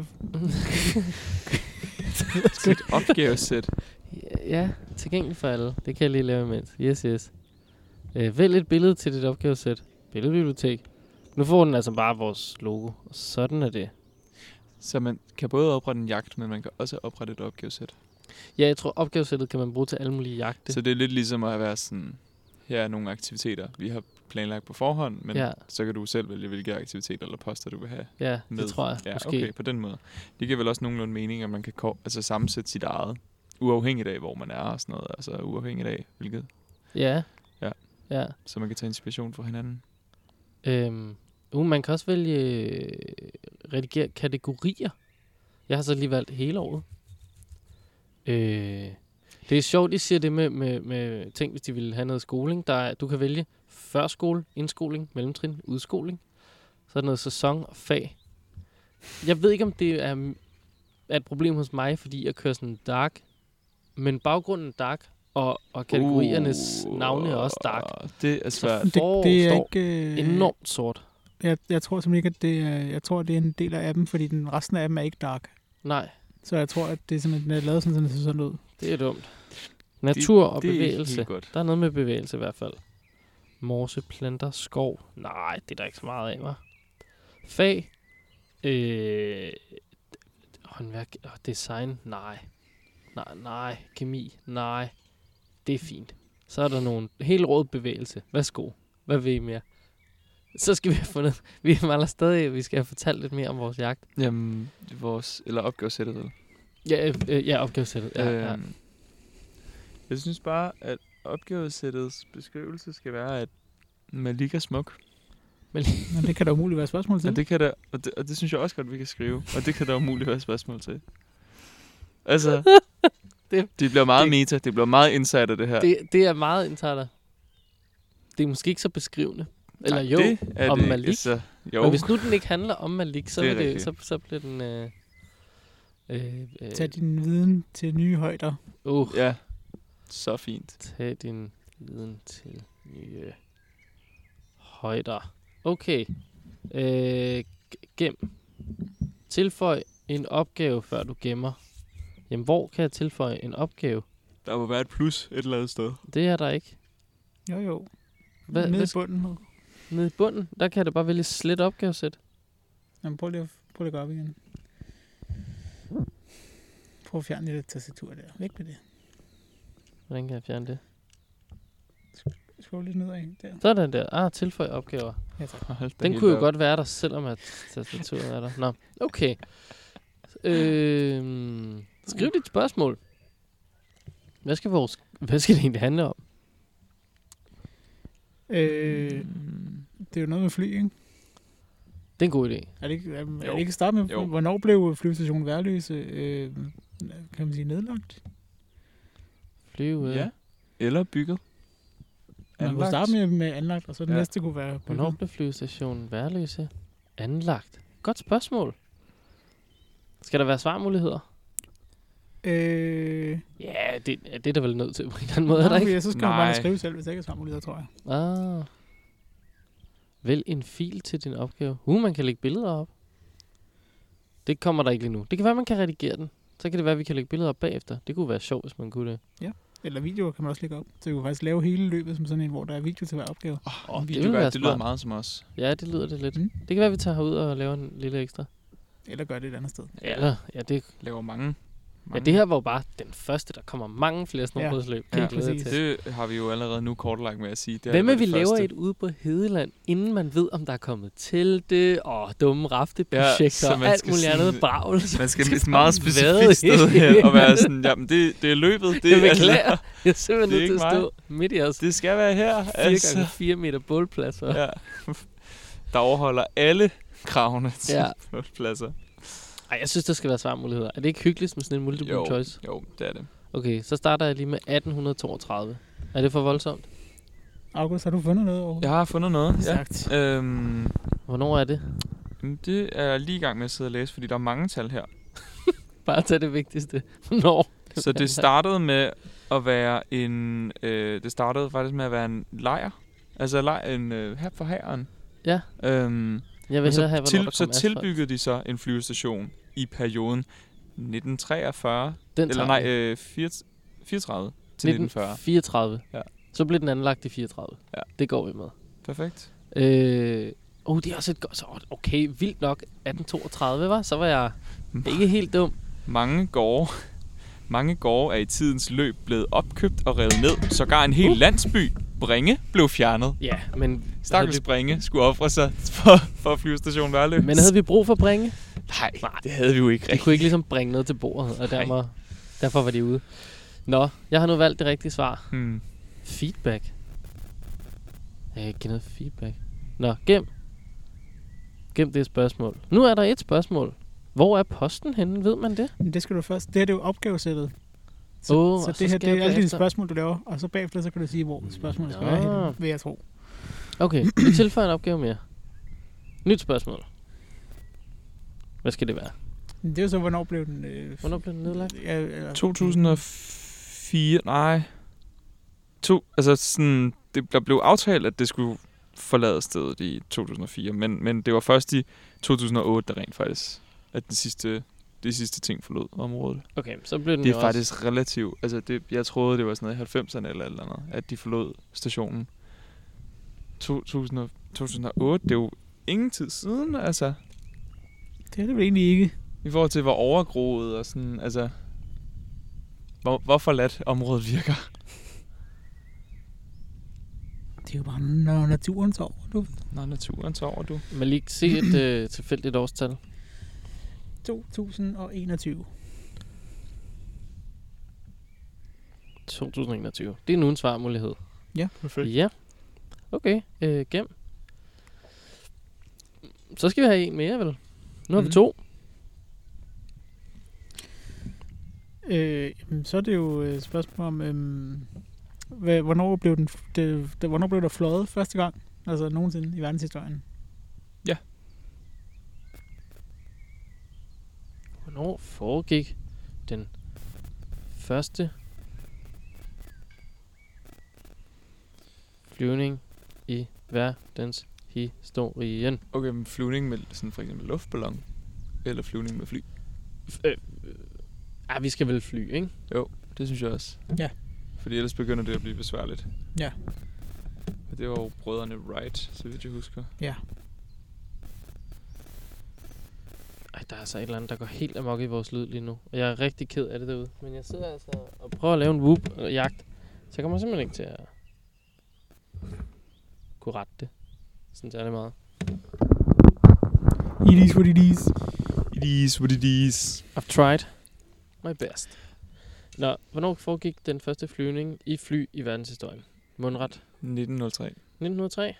Til et opgavesæt. Ja, tilgængelig for alle. Det kan jeg lige lave imens. Yes, yes. Øh, vælg et billede til dit opgavesæt. Billedbibliotek. Nu får den altså bare vores logo. Og sådan er det. Så man kan både oprette en jagt, men man kan også oprette et opgavesæt. Ja, jeg tror opgavesættet kan man bruge til alle mulige jagte. Så det er lidt ligesom at være sådan, her er nogle aktiviteter, vi har planlagt på forhånd, men Ja. ja. så kan du selv vælge, hvilke aktiviteter eller poster du vil have Ja, med. det tror jeg. Ja, måske. okay, på den måde. Det giver vel også nogenlunde mening, at man kan ko- altså sammensætte sit eget, uafhængigt af, hvor man er og sådan noget. Altså uafhængigt af, hvilket. Ja. Ja. Ja. Så man kan tage inspiration fra hinanden. Øhm, uh, man kan også vælge øh, redigere kategorier. Jeg har så lige valgt hele året. Øh, det er sjovt, I siger det med, med, med ting, hvis de vil have noget skoling. Der er, du kan vælge førskole, indskoling, mellemtrin, udskoling. Så er der noget sæson og fag. Jeg ved ikke, om det er, er et problem hos mig, fordi jeg kører sådan dark. Men baggrunden dark, og, og kategoriernes uh, navne er også dark. Det er svært. Det, det er står ikke... Øh, enormt sort. Jeg, jeg tror simpelthen ikke, at det er... Jeg tror, det er en del af appen, fordi den resten af appen er ikke dark. Nej, Så jeg tror, at det er simpelthen den er lavet sådan, sådan, det ser sådan ud. det er dumt. Natur og det er ikke bevægelse. helt godt. Der er noget med bevægelse i hvert fald. Morse, planter, skov. Nej, det er der ikke så meget af, hva'? Fag. Øh, håndværk og design. Nej. Nej, nej. Kemi. Nej. Det er fint. Så er der nogle helt råd bevægelse. Værsgo. Hvad vil I mere? Så skal vi have fundet... Vi mangler stadig, vi skal have fortalt lidt mere om vores jagt. Jamen, vores, eller opgavesættet, vel? Ja, øh, øh, ja opgavesættet. Ja, ja. Øhm, Jeg synes bare, at opgavesættets beskrivelse skal være, at Malik er smuk. Men det kan da umuligt være et spørgsmål til. Og det, kan der, og, det, og det synes jeg også godt, vi kan skrive. Og det kan der umuligt være et spørgsmål til. Altså, Det- det bliver meget det- meta. Det bliver meget insight af det her. Det, det er meget insider. Det er måske ikke så beskrivende. Eller Nej, jo, det er om det, Malik. Altså, jo, men hvis nu den ikke handler om Malik, så, Det er det det, rigtigt. så, så bliver den... Øh, øh, øh, Tag din viden til nye højder. uh, ja, så fint. tag din viden til nye højder. Okay. Øh, g- gem. Tilføj en opgave, før du gemmer. Jamen, hvor kan jeg tilføje en opgave? Der må være et plus et eller andet sted. Det er der ikke. Jo, jo. Hvad, Nede hvad, i bunden. nede i bunden, der kan jeg da bare vælge slet opgavesæt. Jamen, prøv lige, at, prøv lige at gå op igen. Prøv at fjerne lidt tastatur der. Væk med det. Hvordan kan jeg fjerne det? Skål lidt nedad. Der. Sådan der. Ah, tilføj opgaver. Ja, tak. Hold da Den helt kunne jo op. godt være der, selvom at tastaturet er der. Nå, okay. Øhm, skriv dit spørgsmål. Hvad skal, vores, hvad skal det egentlig handle om? Øh, Mm. det er jo noget med fly, ikke? Det er en god idé. Er det ikke, er, er Jo. det ikke starte med, Jo. hvornår blev flyvestationen Værløse, øh, kan man sige, nedlagt? Flyve. Ja. Eller bygget. Man kunne Anlagt. starte med, med anlagt, og så det Ja. næste kunne være bygget. Hvornår blev flyvestationen Værløse anlagt? Godt spørgsmål. Skal der være svarmuligheder? Øh, Ja, det, det er der vel nødt til på en eller anden måde, er der nej, ikke? ja, så skal man bare Nej. skrive selv, hvis der ikke er svarmuligheder, tror jeg. Ah. Vælg en fil til din opgave. Uh, man kan lægge billeder op. Det kommer der ikke lige nu. Det kan være, man kan redigere den. Så kan det være, at vi kan lægge billeder op bagefter. Det kunne være sjovt, hvis man kunne det. Eller videoer kan man også lægge op. Så vi kunne faktisk lave hele løbet som sådan en, hvor der er video til hver opgave. Oh, Åh, en det video, ville være det lyder smart. meget som os. Ja, det lyder det lidt. Mm. Det kan være, at vi tager herud og laver en lille ekstra. Eller gør det et andet sted. Eller, ja, det, Laver mange. ja, det her var jo bare den første, der kommer mange flere snobrødsløb. Ja, Det glæder jeg præcis. til. Det har vi jo allerede nu kortlagt med at sige. Det Hvem var er vi det laver første. et ude på Hedeland, inden man ved, om der er kommet telte og dumme rafteprojekter Ja, så og man alt skal muligt sådan- andet bravl. Man skal Det et er meget sådan specifikt vade. sted her og være sådan, jamen det, det er løbet. Det, Det er altså- beklager. Jeg er simpelthen det er nødt til at ikke stå midt i os. Det skal være her. fire Altså. gange fire meter bålpladser. Ja. Der overholder alle kravene til Ja. ja. pladser. Ej, jeg synes, der skal være svarmuligheder. Er det ikke hyggeligt med sådan en multiple Jo, choice? jo, det er det. Okay, så starter jeg lige med atten toogtredive. Er det for voldsomt? August, har du fundet noget over? Jeg har fundet noget. Ja. Sagt. Øhm, Hvornår er det? det er jeg lige i gang med at sidde og læse, fordi der er mange tal her. Bare tag det vigtigste. Hvornår? Så det startede med at være en... Øh, det startede faktisk med at være en lejr. Altså lejr, en øh, her for hæren. Ja. Øhm, Jeg men vil så, hellere have, hvornår til, der så kommer asfalt. tilbyggede de så en flyvestation i perioden nitten treogfyrre, Den eller tager nej, vi. øh, fireogtredive til nitten fyrre. fireogtredive. Ja. Så blev den anlagt i fireogtredive. Ja. Det går vi med. Perfekt. Øh, oh, det er også et godt... Så, okay, vildt nok. atten toogtredive, var. Så var jeg ikke helt dum. Mange gårde, mange gårde er i tidens løb blevet opkøbt og revet ned. Sågar en hel Uh. landsby, Bringe, blev fjernet. Ja, men... Stakkels havde Bringe skulle ofre sig for, for flyvestationen Værløs. vi, men havde vi brug for bringe? Nej, det havde vi jo ikke De rigtigt. kunne ikke ligesom bringe noget til bordet, og Nej. derfor, derfor var de ude. Nå, jeg har nu valgt det rigtige svar. Hmm. Feedback. Jeg kan ikke give noget feedback. Nå, gem. Gem det spørgsmål. Nu er der et spørgsmål. Hvor er posten henne? Ved man det? Men det skal du først. Det her det er jo opgavesættet. Så, Åh, så og så det her skal det jeg er alle dine bagefter- spørgsmål, du laver. Og så bagefter, så kan du sige, hvor spørgsmålet skal Nå. være henne, vil jeg tro. Okay, vi tilføjer en opgave mere. Nyt spørgsmål. Hvad skal det være? Men det er jo så, hvornår blev den... Øh, Hvornår blev den nedlagt? Ja, eller, to tusind og fire, nej. To, altså sådan, det, der blev aftalt, at det skulle forlade stedet i to tusind og fire, men, men det var først i to tusind og otte, der rent faktisk, at de sidste, de sidste ting forlod området. Okay, så blev den Det jo er også... faktisk relativt, altså det, jeg troede, det var sådan noget i halvfemserne eller eller andet, at de forlod stationen. to tusind og, to tusind og otte, det er jo ingen tid siden, altså, det er det vel egentlig ikke. i forhold til, hvor overgroet og sådan, altså, hvor, hvor forladt området virker. Det er jo bare, når naturen tager over, du. Nå, naturen tager over, du. Man lige se et øh, tilfældigt årstal. to tusind og enogtyve. to tusind og enogtyve. Det er nu en svarmulighed. Ja, Perfekt. Ja. Okay, øh, gem. Så skal vi have en mere, vel? Nu har vi Mhm. to. Øh, jamen, så er det jo et spørgsmål om, øhm, hvad, hvornår, blev den, det, det, hvornår blev der fløjet første gang? Altså nogensinde i verdenshistorien. Hvornår foregik den første flyvning i verdens historien? Okay, men flyvning med sådan for eksempel luftballon, eller flyvning med fly. Øh, øh, ah, vi skal vel fly, ikke? Jo, det synes jeg også. Ja. Fordi ellers begynder det at blive besværligt. Ja. Og det var jo brødrene Wright, så vidt jeg husker. Ja. Ej, der er altså et eller andet, der går helt amok i vores lyd lige nu. Og jeg er rigtig ked af det derude. Men jeg sidder altså og prøver at lave en whoop-jagt. Så jeg kommer simpelthen ikke til at kunne rette det. Sådan særlig meget. It is what it is. It is what it is. I've tried my best. Nå, hvornår foregik den første flyvning i fly i verdenshistorien? Mundret. nitten nul tre. nitten hundrede og tre?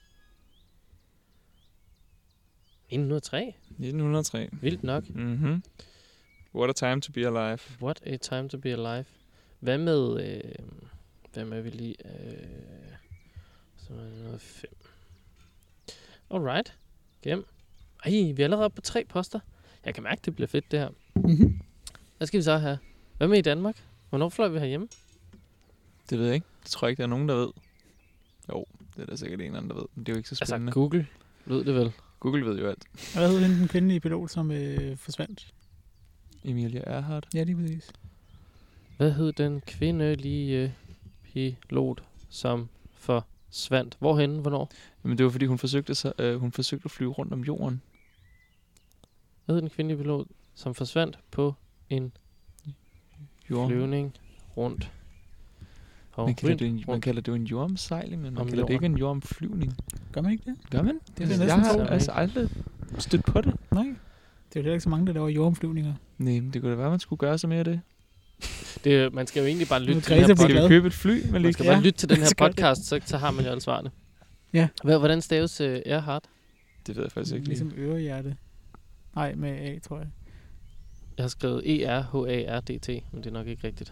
nitten hundrede og tre? nitten hundrede og tre. Vildt nok. Mhm. What a time to be alive. What a time to be alive. Hvad med... Øh, hvad med vi lige... Øh, så er det noget fem. Alright. Gem. Ej, vi er allerede på tre poster. Jeg kan mærke, det bliver fedt, det her. Mm-hmm. Hvad skal vi så have? Hvad med i Danmark? Hvornår fløj vi herhjemme? Det ved jeg ikke. Det tror jeg ikke, der er nogen, der ved. Jo, det er der sikkert en eller anden, der ved. Men det er jo ikke så spændende. Altså, Google ved det vel. Google ved jo alt. Hvad hed den kvindelige pilot, som øh, forsvandt? Emilia Earhart. Ja, lige præcis. Hvad hed den kvindelige pilot, som forsvandt? Hvorhenne? Hvornår? Men det var fordi, hun forsøgte, sig, øh, hun forsøgte at flyve rundt om jorden. Hvad hed den kvindelige pilot, som forsvandt på en Jord. flyvning rundt? på Man kalder, det en, man rundt. kalder det jo en jordomsejling, men man Om kalder det ikke jorden. en jordomflyvning. Gør man ikke det? Gør man? Det er da jeg næsten har så. altså aldrig stødt på det. Nej. Det er jo heller ikke så mange, der laver jordomflyvninger. Nej, men det kunne da være, man skulle gøre sig mere af det. Det, man skal jo egentlig bare lytte Nu til den her Greta bliver Skal podcast. vi glad. købe et fly, Man Malik? skal Ja. bare lytte til den her Så gør det. podcast, så, så har man jo alle svarene. Ja. Hvad- Hvordan staves uh, Earhart? Det ved jeg faktisk ikke lige. Ligesom ørehjerte. Nej, med A, tror jeg. Jeg har skrevet E R H A R D T, men det er nok ikke rigtigt.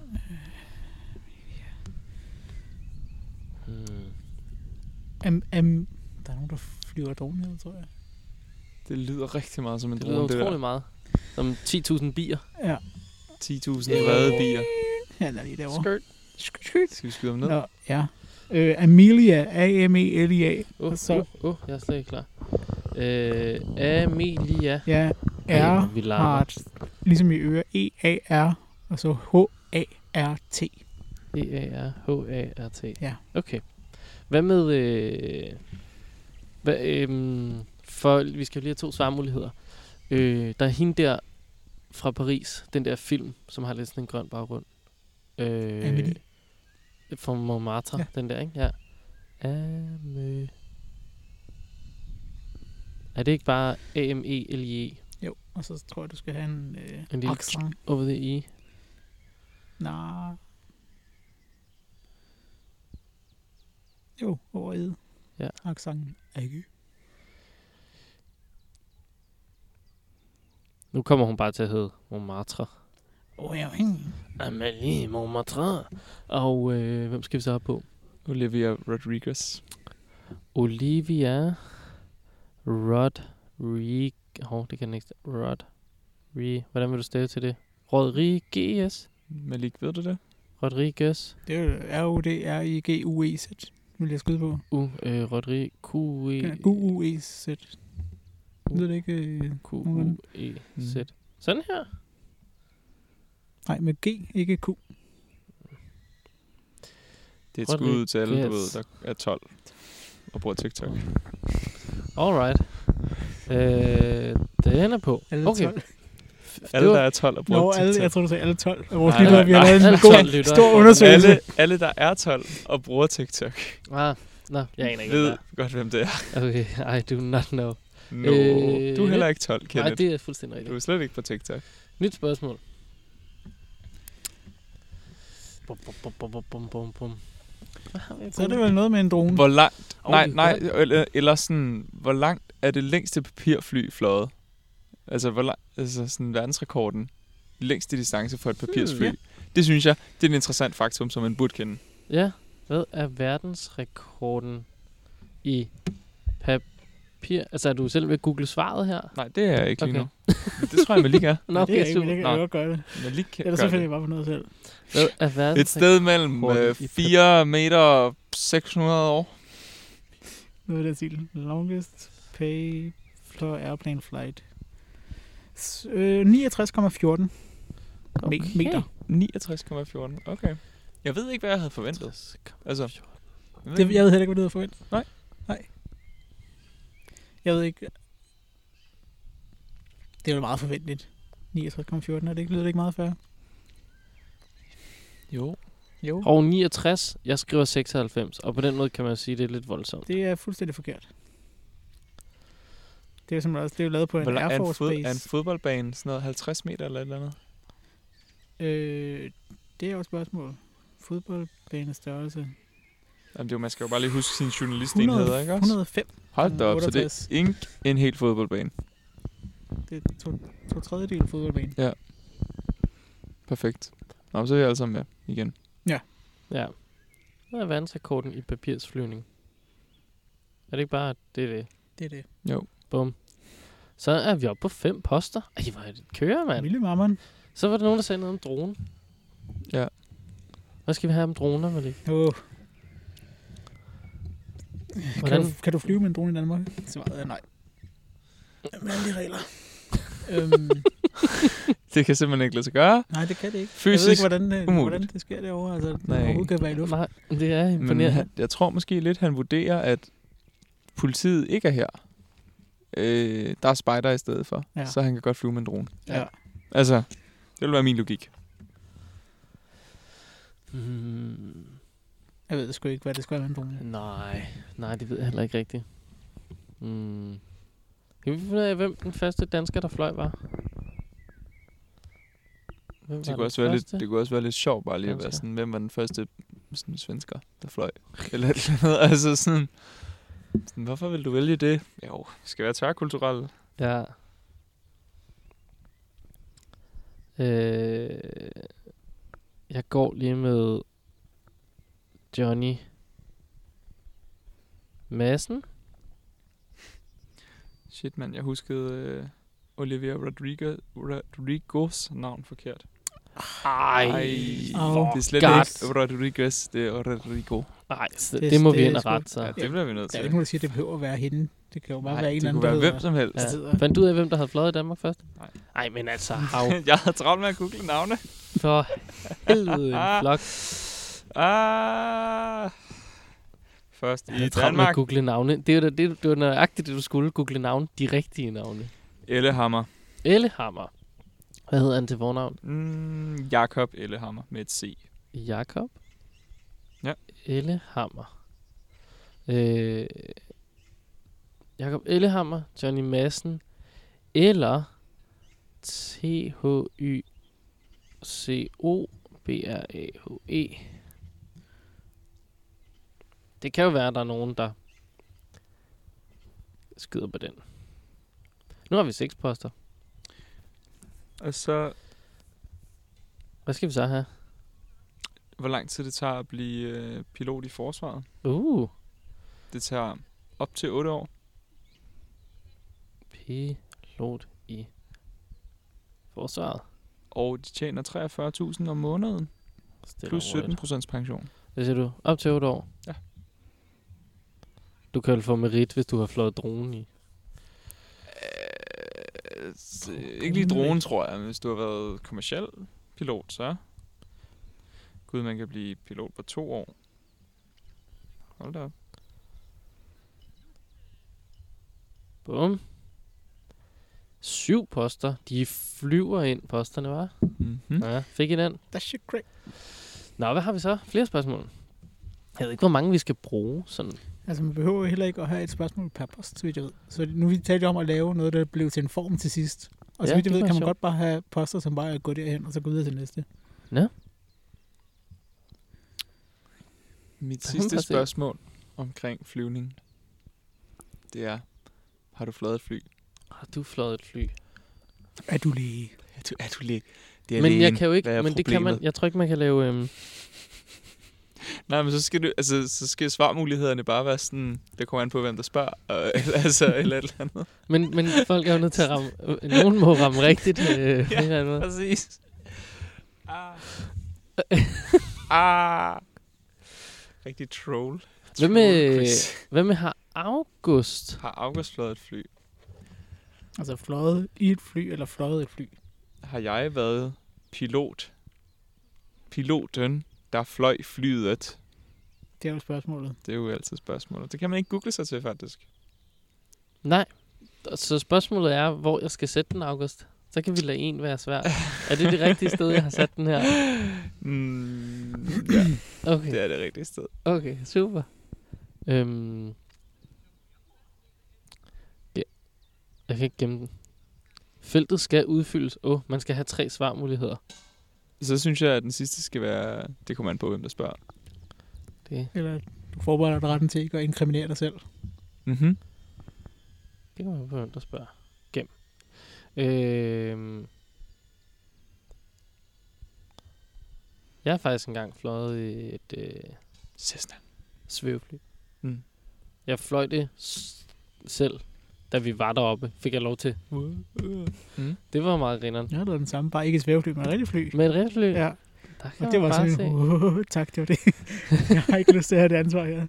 Hmm. Am, am, der er nogen, der flyver drone her, tror jeg. Det lyder rigtig meget som en Det lyder drone, det utrolig der. meget. Som ti tusind bier. Ja. ti tusind vrede bier. Ja, der er lige derovre. Skirt. Sk- Skyt. Skal vi skyde dem ned? Nå, ja. Øh, Amelia, A M E L I A. Åh, Og så- oh, oh, jeg er slet ikke klar. Øh, Amelia. Ja, Ej, vi larmer. R-Hart. Ligesom i øre. E A R. Og så H A R T. E A R H A R T. Ja. Okay. Hvad med... Øh, hvad, øh, for vi skal jo lige have to svarmuligheder. Øh, der er hende der fra Paris, den der film, som har lidt sådan en grøn baggrund. Øh, Amélie. Fra Montmartre, Ja. den der, ikke? Ja. Ame... Er det ikke bare A M E L I E Jo, og så tror jeg, du skal have en, øh, En lille accent. over the E? Nej. Jo, over ed. Ja. Accent. Ikke. Nu kommer hun bare til at hedde Montmartre. Åh, ja. Amélie Montmartre. Og øh, hvem skal vi så have på? Olivia Rodriguez. Olivia Rodriguez. Hov, det kan den ikke. Rod. Re. Hvordan vil du stave til det? Rodriguez. Malik, ved du det? Rodriguez. Det er jo R O D R I G U E Z. Vil jeg skyde på. U. Øh, Rodriguez. Q. E. G U E Z. Ved det ikke? øh, Q. U. E. Z. Sådan her. Nej, med G, ikke Q. Det er et skud ud til alle, du ved, Rodriguez. der er tolv og bruger TikTok. Alright. Øh, den er på. Alle Okay. tolv. Alle, var- der er tolv og bruger Nå, TikTok. alle, jeg tror du sagde alle tolv. Og vores Nej, lyttere, nej, vi har nej. lavet en Alle god, tolv lyttere. stor undersøgelse. Alle, alle, der er tolv og bruger TikTok, Ah, nå, jeg aner ikke, ved hvad godt, hvem det er. det er. Okay, I do not know. No, Øh, du er heller ikke tolv, Nej, Kenneth. det er fuldstændig Du rigtigt. er slet ikke på TikTok. Nyt spørgsmål. Bum, bum, bum, bum, bum, bum, bum, bum. Hvad har vi Så er det vel noget med en drone. Hvor langt, Åh, nej, det er nej, eller, eller sådan, hvor langt er det længste papirfly fløjet? Altså, hvor langt, altså sådan verdensrekorden. Længste distance for et papirsfly. ja. Hmm, det synes jeg, det er en interessant faktum, som man burde kende. Ja, hvad er verdensrekorden i papir? Altså, er du selv ved at google svaret her? Nej, det er jeg ikke lige Okay. nu. Men det tror jeg, Malik er. Nå, Nej, det er okay, ikke, men super. det kan jeg Nå. godt gøre det. Malik kan Ellers gøre så finder det. jeg bare på noget selv. Hvad er Et verdensrekorden? sted mellem Rekorden øh, i fire meter og seks hundrede år. Noget af den stil. Longest pay for airplane flight. S- øh, niogtres komma fjorten Okay. meter. niogtres komma fjorten. Okay. Jeg ved ikke, hvad jeg havde forventet. Altså, jeg ved Det, ikke- jeg ved heller ikke, hvad det er forventet. Nej. Nej. Jeg ved ikke. Det er jo meget forventeligt. niogtres komma fjorten, er det ikke? Lyder det ikke meget færre? Jo. Jo. Og niogtres, jeg skriver seksoghalvfems, og på den måde kan man sige, at det er lidt voldsomt. Det er fuldstændig forkert. Det er jo simpelthen også, det er jo lavet på en Hvor lang- Air er, en Force fod, er en Base. fodboldbane sådan noget halvtreds meter eller et eller andet? Øh, det er jo et spørgsmål. Fodboldbanestørrelse. Jamen, det er jo, man skal jo bare lige huske sine journalistenheder, ikke også? hundrede og fem. Hold da op, så det otteogtres. er ikke en helt fodboldbane. Det er to, to tredjedel fodboldbane. Ja. Perfekt. Nå, så er vi alle sammen med igen. Ja. Hvad er verdensrekorden i papirsflyvning? Er det ikke bare, at det er det? Det er det. Jo. Bum. Så er vi oppe på fem poster. Ej, hvor er det kører, mand. Lille mammeren. Så var der nogen, der sagde noget om drone. Ja. Hvad skal vi have om droner, Malik? Oh. Hvordan? Kan, du, kan du flyve med en drone i Danmark? Svaret er nej. Med alle de regler. øhm, Det kan simpelthen ikke lade sig gøre. nej, det kan det ikke. Fysisk jeg ved ikke, hvordan det, umuligt. hvordan det sker derovre. Altså, det Nej. overhovedet kan være i luften. Nej, det er Men imponerende. han, jeg tror måske lidt, han vurderer, at politiet ikke er her. Øh, der er spider i stedet for, Ja. ja. Så han kan godt flyve med en drone. Ja. Altså, det vil være min logik. Hmm. Jeg ved sgu ikke, hvad det skal være med en drone. Nej, nej, det ved jeg heller ikke rigtigt. Hmm. Kan vi finde ud af, hvem den første dansker, der fløj, var? Hvem Det var kunne, den også være lidt, første? det kunne også være lidt sjovt bare lige at være Dansker. sådan, hvem var den første sådan, svensker, der fløj? Eller et eller andet. Altså sådan, sådan, hvorfor vil du vælge det? Jo, det skal være tværkulturelt. Ja. Øh, jeg går lige med Johnny Madsen. Shit, mand, jeg huskede øh, Olivia Rodrigo, Rodrigos navn forkert. Ej, Au. Det er slet God. ikke Rodriguez, det er Rodrigo. Ej, det, Det- det må det vi er ind og sgu- rette, så. Ja, det bliver vi nødt Der er til. jo ikke nogen, der siger, at det behøver at være hende. Det kan jo bare Nej, være en det eller kunne anden, være der hvem som helst. hedder- Ja. sidder. Fandt du ud af, hvem der havde fløjet i Danmark først? Nej. Ej, men altså, hav. Jeg havde travlt med at google navne. For helvede en flok. Ah. Først Jeg i havde travlt med at Danmark. google navne. Det var, da, det, det var nøjagtigt, det du skulle google navne. De rigtige navne. Ellehammer. Ellehammer. Hvad hedder han til fornavn? Mm, Jakob Ellehammer med et C. Jakob? Ja. Ellehammer. Øh, Jakob Ellehammer, Johnny Madsen, eller T H Y C O B R A H E. Det kan jo være, at der er nogen, der skyder på den. Nu har vi seks poster. Og så, Hvad skal vi så have? hvor lang tid det tager at blive øh, pilot i forsvaret? Uh, Det tager op til otte år. pilot i forsvaret. Og de tjener treogfyrre tusind om måneden. Stille Plus og roligt. sytten procents pension. Hvad siger du? Op til otte år? Ja. Du kan jo få merit, hvis du har flået dronen i. Øh, s- ikke lige drone, tror jeg. Men hvis du har været kommerciel pilot, så... Gud, man kan blive pilot på to år. Hold da op. Bum. Syv poster. De flyver ind, posterne, var. Mm-hmm. Ja, fik I den? That shit great. Nå, hvad har vi så? Flere spørgsmål? Jeg ved ikke, hvor mange vi skal bruge. Sådan. Altså, man behøver jo heller ikke at have et spørgsmål per post, så vidt jeg ved. Så nu vi talte om at lave noget, der blev til en form til sidst. Og så Ja, vidt jeg det ved, var kan man sjovt. godt bare have poster, som bare går derhen, og så gå videre til næste. Mit Der kan man sidste bare se. spørgsmål omkring flyvning, det er, har du fløjet et fly? Har du fløjet et fly? Er du lige? Er du, er du lige? Det er Men alene. jeg kan jo ikke, Hvad er men det kan man, problemet? jeg tror ikke, man kan lave... Øhm, Nej, men så skal, du, altså, så skal svarmulighederne bare være sådan, det kommer an på, hvem der spørger, og, altså, eller et eller andet. men, men folk er jo nødt til at ramme... Øh, nogen må ramme rigtigt. Øh, ja, en eller anden måde. Præcis. Ah. ah. Rigtig troll. Hvad med, Troll-quiz. hvad med har August? Har August fløjet et fly? Altså fløjet i et fly, eller fløjet et fly? Har jeg været pilot? Piloten, der fløj flyet? Det er jo spørgsmålet. Det er jo altid spørgsmålet. Det kan man ikke google sig til, faktisk. Nej. Så spørgsmålet er, hvor jeg skal sætte den, August. Så kan vi lade en være svær. Er det det rigtige sted, jeg har sat den her? Mm, ja, Okay, det er det rigtige sted. okay, super. Øhm. Ja. Jeg kan ikke gemme den. Feltet skal udfyldes. Åh, oh, man skal have tre svarmuligheder. Så synes jeg, at den sidste skal være, det kommer an på, hvem der spørger. Det. Eller Du forbereder dig retten til ikke at inkriminere dig selv. Mhm. Det kan man begynde at spørge. Gem. Øh, jeg har faktisk engang fløjet i et øh, Cessna. svævefly. Mm. Jeg fløj det s- selv, da vi var deroppe. Fik jeg lov til. Mm. Det var meget grineren. Jeg har lavet den samme, bare ikke et svævefly, men et rigtigt fly. Med et rigtigt Ja, der kan og det man var bare sådan se. en, oh, tak, det var det. Jeg har ikke lyst til at have det ansvar her.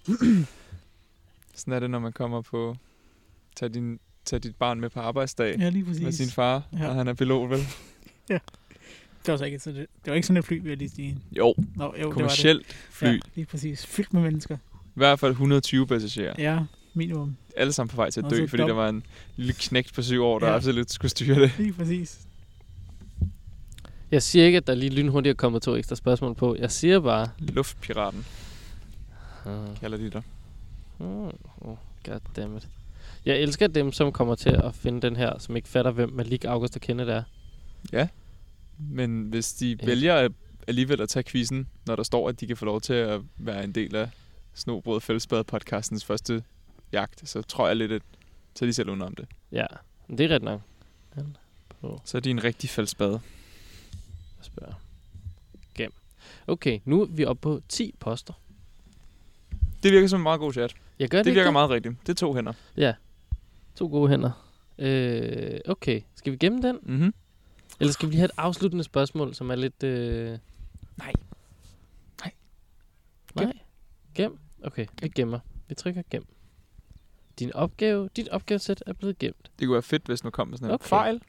Sådan er det, når man kommer på... Tag, din, tag dit barn med på arbejdsdag Ja, lige præcis. med sin far, Ja. og han er pilot, vel? Det var, så ikke, så det, det var ikke sådan et fly, vil jeg lige sige. Jo, Nå, jo, det var kommercielt fly. det. Ja, lige præcis. Fyldt med mennesker. I hvert fald et hundrede og tyve passagerer. Ja, minimum. Alle sammen på vej til at Og dø, så fordi dom- der var en lille knægt på syv år, der Ja. absolut skulle styre det. Lige præcis. Jeg siger ikke, at der lige lynhurtigt er kommet to ekstra spørgsmål på. Jeg siger bare... Luftpiraten, Uh, kalder de dig. uh, uh, goddammit. Jeg elsker dem, som kommer til at finde den her, som ikke fatter, hvem Malik, August og Kenneth er. Ja, men hvis de vælger at alligevel at tage quizzen, når der står, at de kan få lov til at være en del af Snobrød Fællesbad-podcastens første jagt, så tror jeg lidt, at så er de selv under om det. Ja, men det er ret nok. Men på Så er de en rigtig fællesbad. at spørge. Gem. Okay, nu er vi oppe på ti poster. Det virker som en meget god chat. Jeg gør det, Det ikke virker meget rigtigt. Det er to hænder. To gode hænder. Øh, okay, skal vi gemme den? Mhm. Eller skal vi lige have et afsluttende spørgsmål, som er lidt... Øh... Nej. Nej. Nej. Gem. Okay, vi gemmer. Vi trykker gem. Din opgave, dit opgavesæt er blevet gemt. Det kunne være fedt, hvis nu kom med sådan en Okay. fejl.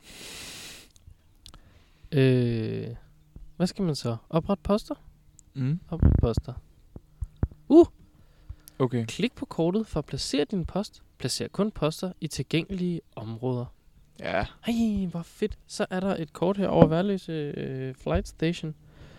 Øh, hvad skal man så? Opret poster? Mm. Opret poster. Okay. Klik på kortet for at placere din post. Placer kun poster i tilgængelige områder. Ja. Ej, hvor fedt. Så er der et kort her over Værløse øh, Flight Station.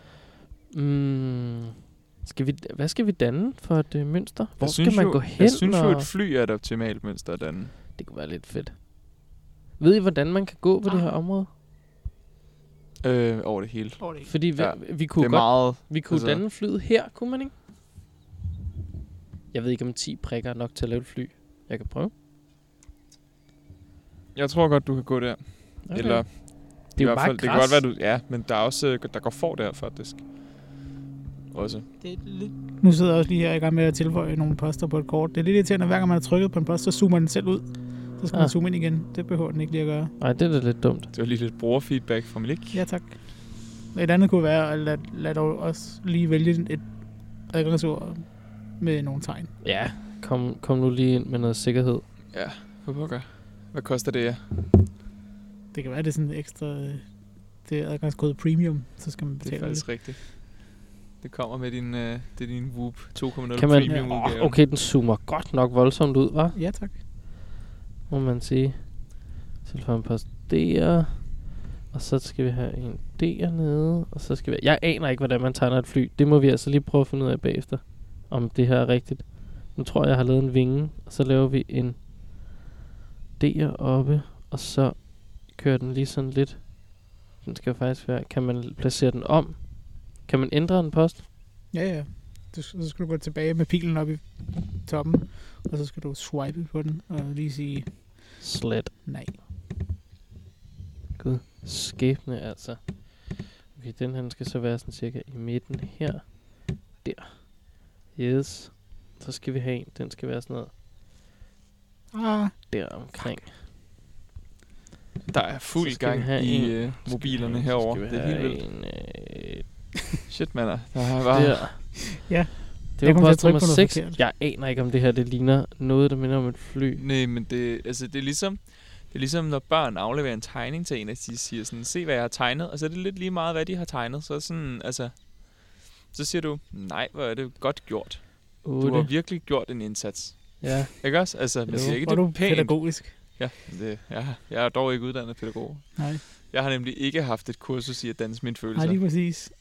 Mm, skal vi, hvad skal vi danne for et øh, mønster? Hvor Jeg skal synes man jo, gå hen? Jeg synes jo, og... et fly er et optimalt mønster, den. Det kunne være lidt fedt. Ved I, hvordan man kan gå på det her område? Øh, over det hele. Over det ikke. Fordi vi, Ja, vi Det kunne er godt meget... vi kunne altså- danne flyet her, kunne man ikke? Jeg ved ikke, om ti prikker er nok til at lave et fly. Jeg kan prøve. Jeg tror godt, du kan gå der. Okay. Eller det i er jo hvert bare fald, græs. det kan godt være, du... Ja, men der er også... øh, Der går for der, faktisk. Også. Det er lidt... Nu sidder jeg også lige her i gang med at tilføje nogle poster på et kort. Det er lidt irriterende, hver gang man har trykket på en post, så zoomer den selv ud. Så skal Ah. man zoome ind igen. Det behøver den ikke lige at gøre. Nej, det er da lidt dumt. Det var lige lidt brugerfeedback fra Malik. Ja, tak. Et andet kunne være at lad, lad dog også lige vælge et adgangsord med nogle tegn. Ja, kom, kom nu lige ind med noget sikkerhed. Ja, for pokker. Hvad koster det, ja? Det kan være, det er sådan ekstra... øh, Det er adgangskode premium, så skal man Det betale er faktisk rigtigt. Det kommer med din, øh, det er din Whoop to punkt nul Kan man, premium åh, udgave. okay, den zoomer godt nok voldsomt ud, hva'? Ja, tak. Må man sige. Telefonpost der. Og så skal vi have en dernede. Og så skal vi... Jeg aner ikke, hvordan man tegner et fly. Det må vi altså lige prøve at finde ud af bagefter. Om det her er rigtigt. Nu tror jeg, jeg har lavet en vinge. Og så laver vi en deroppe. Og så kører den lige sådan lidt. Den skal jo faktisk være... Kan man placere den om? Kan man ændre en post? Ja, ja. Du, så skal du gå tilbage med pilen op i toppen, og så skal du swipe på den, og lige sige Slet. nej. Gud, skæbne altså. Okay, den her den skal så være sådan cirka i midten her. Der. Yes. Så skal vi have en. Den skal være sådan noget Ah, der omkring. Der er fuld Så skal vi gang have i en- øh, mobilerne herovre. Det er helt vildt. En, øh, Shit, mander. Der er bare... der. Ja. Det Jeg var kom til at post trykke nummer på noget seks. forkert. Jeg aner ikke, om det her det ligner noget, der minder om et fly. Nej, men det, altså, det er ligesom... Det er ligesom, når børn afleverer en tegning til en, at de siger sådan, se hvad jeg har tegnet, og så er det lidt lige meget, hvad de har tegnet. Så er sådan, altså... Så siger du, nej, hvor er det godt gjort. Du har otte. virkelig gjort en indsats. Ja. Ikke også? Altså, man Jo. siger ikke, hvor det er er du pænt. pædagogisk. Ja, det, jeg, jeg er dog ikke uddannet pædagog. Nej, Jeg har nemlig ikke haft et kursus i at danse mine nej, følelser. lige præcis.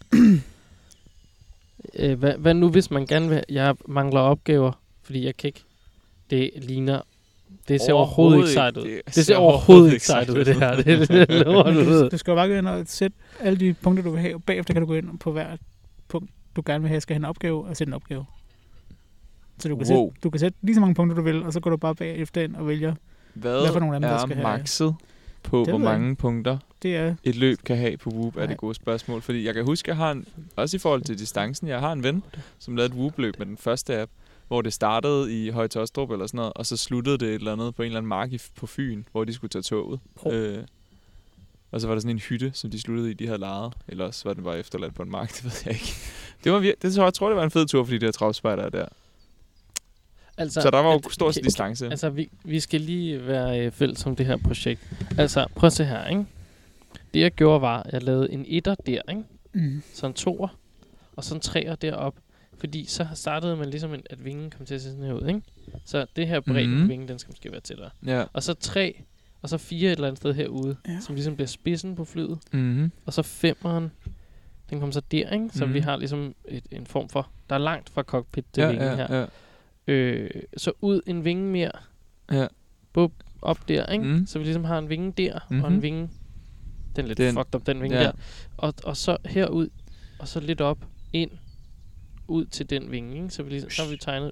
Øh, hvad, hvad nu, hvis man gerne vil... Jeg mangler opgaver, fordi jeg kan ikke... Det ligner... Det ser overhovedet ikke sejt ud. Det, Det ser overhovedet ikke sejt ud, det her. Det, det, det lover du du, ved. du skal jo bare gå ind og sætte alle de punkter, du vil have. Bagefter kan du gå ind på hver punkt, du gerne vil have, skal have en opgave, og sætte en opgave. Så du kan, Wow. sætte, du kan sætte lige så mange punkter, du vil, og så går du bare bagefter ind og vælger. Hvad, Hvad for nogle af dem, der er skal have- makset på, Det hvor ved jeg mange punkter Det er... et løb kan have på Whoop, er Nej. det gode spørgsmål. Fordi jeg kan huske, jeg har en, også i forhold til distancen, jeg har en ven, som lavede et Whoop-løb med den første app, hvor det startede i Høje Taastrup eller sådan noget, og så sluttede det et eller andet på en eller anden mark i, på Fyn, hvor de skulle tage toget. Oh. Øh, og så var der sådan en hytte, som de sluttede i, de havde lejet. Eller også var det bare efterladt på en mark, det ved jeg ikke. Det var vir- det, tror jeg, jeg tror, det var en fed tur, fordi det er travspejdere der. Altså, Så der var jo at- stor okay, distance. Okay. Altså, vi, vi skal lige være øh, fælles om det her projekt. Altså, prøv at se her, ikke? Det jeg gjorde var, at jeg lavede en etter der, ikke? Mm. Så en toer, og så en treer derop. Fordi så startede man ligesom, en, at vingen kom til at se sådan her ud, ikke? Så det her bredde Mhm. mm-hmm. vinge, den skal måske være tættere. Ja. Og så tre, og så fire et eller andet sted herude, Ja. som ligesom bliver spidsen på flyet. Mm-hmm. Og så femeren, den kommer så der, ikke? Så Mhm. vi har ligesom et, en form for, der er langt fra cockpit til Ja, vingen her. ja, ja. Øh, så ud en vinge mere, Ja. bup, op der, ikke? Mm. Så vi ligesom har en vinge der, mm-hmm. og Mhm. en vinge, den er lidt Den- den. fucked up, den vinge Ja. der. Og, og så herud, og så lidt op, ind, ud til den vinge, ikke? Så, vi ligesom, så har vi tegnet.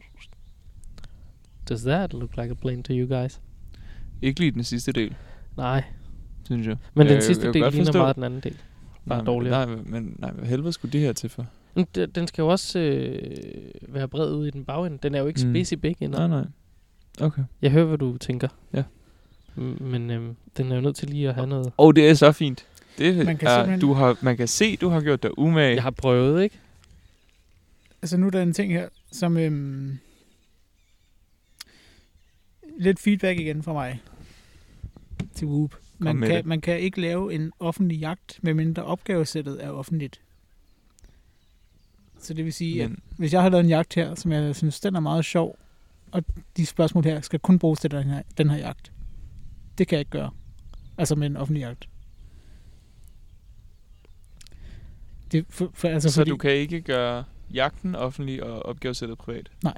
Does that look like a plane to you guys? Ikke lige den sidste del, Nej, synes jeg. men Jeg- den sidste jeg kan del godt ligner forstå- meget den anden del. Bare nej, dårligere. Nej, men nej, hvad helvede skulle det her til for? Men d- den skal jo også øh, være bred ud i den bagende. Den er jo ikke Mm. spids i begge ender. Nej, nej. Okay. Jeg hører, hvad du tænker. Ja. M- men øhm, den er jo nødt til lige at have noget. Og oh, det er så fint. Det Man kan er, simpelthen- du har, man kan se, du har gjort dig umage. Jeg har prøvet, ikke? Altså nu er der en ting her, som... Øhm, lidt feedback igen fra mig til Whoop. Man med kan, det. man kan ikke lave en offentlig jagt, medmindre opgavesættet er offentligt. Så det vil sige, at Men, hvis jeg har lavet en jagt her, som jeg synes, den er meget sjov, og de spørgsmål her skal kun bruges til den her, den her jagt. Det kan jeg ikke gøre. Altså med en offentlig jagt. Det, for, for, altså så fordi, du kan ikke gøre jagten offentlig og opgavesættet privat? Nej.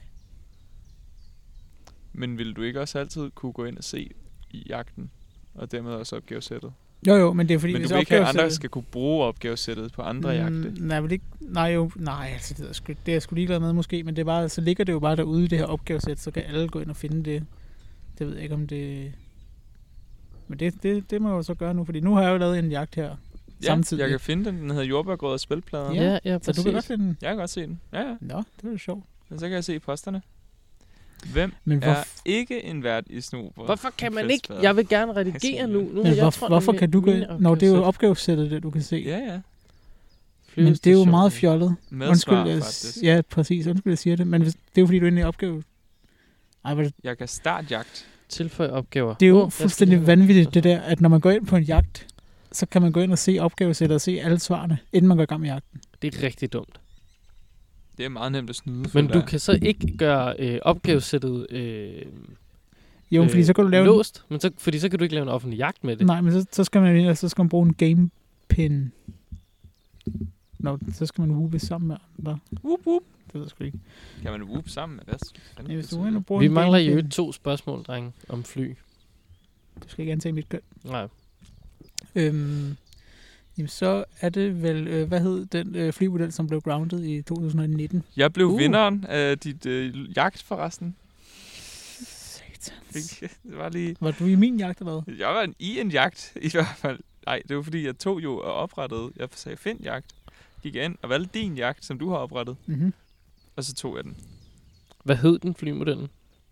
Men vil du ikke også altid kunne gå ind og se i jagten, og dermed også opgavesættet? Jo jo, men det er fordi, Men du hvis vil ikke have, at andre opgavesættet- skal kunne bruge opgavesættet på andre mm, jagte? Nej, vil ikke, nej, jo, nej, altså, det, er sgu, det er jeg sgu ligeglad med måske, men det er bare, så ligger det jo bare derude i det her opgavesæt, så kan alle gå ind og finde det. Det ved jeg ikke, om det... Men det, det, det må jeg jo så gøre nu, fordi nu har jeg jo lavet en jagt her Ja, samtidig. jeg kan finde den. Den hedder jordbærgrød og spilplader. Ja, Ja, ja, så du kan godt præcis. finde den. Jeg kan godt se den. Ja, ja. Nå, det var jo sjovt. Men så kan jeg se posterne. Hvem Men, er hvor, ikke en vært i Snober? Hvorfor kan man ikke? Festbader? Jeg vil gerne redigere nu. nu men jeg hvor, tror, hvorfor min- kan du gå mine ind? Nå, det er jo opgavesæt- opgavesættet, det du kan se. Ja, ja. Men det er jo meget flyvestationen. fjollet. Med Undskyld, svar, jeg, faktisk. ja, præcis. Undskyld, jeg siger det. Men hvis, det er jo fordi, du er inde i opgave. Ej, hvor, det Jeg kan starte jagt. Tilføj opgaver. det er jo Åh, jeg skal fuldstændig lige- vanvittigt, det der, at når man går ind på en jagt, så kan man gå ind og se opgavesættet og se alle svarene, inden man går i gang med jagten. Det er rigtig dumt. Det er meget nemt at snyde. Men føler du jeg. kan så ikke gøre øh, opgavesættet øh, Jo, øh, fordi så kan du lave... en- låst, men så, fordi så kan du ikke lave en offentlig jagt med det. Nej, men så, så, skal man, så skal man bruge en game pin. Nå, så skal man whoope sammen med andre. Whoop, whoop. Det ved jeg sgu ikke. Kan man whoop sammen med hvad? fanden Ja, hvis du betyder går ind og det? bruger Vi en mangler game jo pin- to spørgsmål, drenge, om fly. Du skal ikke antage mit køn. Nej. Øhm, jamen, så er det vel... Øh, hvad hed den øh, flymodel, som blev grounded i to tusind nitten? Jeg blev Uh. vinderen af dit øh, jagt forresten. Satans. Det var lige... Var du i min jagt eller hvad? Jeg var en, i en jagt, i hvert fald. Nej, det var fordi, jeg tog jo og oprettede... Jeg sagde, find jagt. Gik jeg ind og valgte din jagt, som du har oprettet. Mm-hmm. Og så tog jeg den. Hvad hed den flymodellen?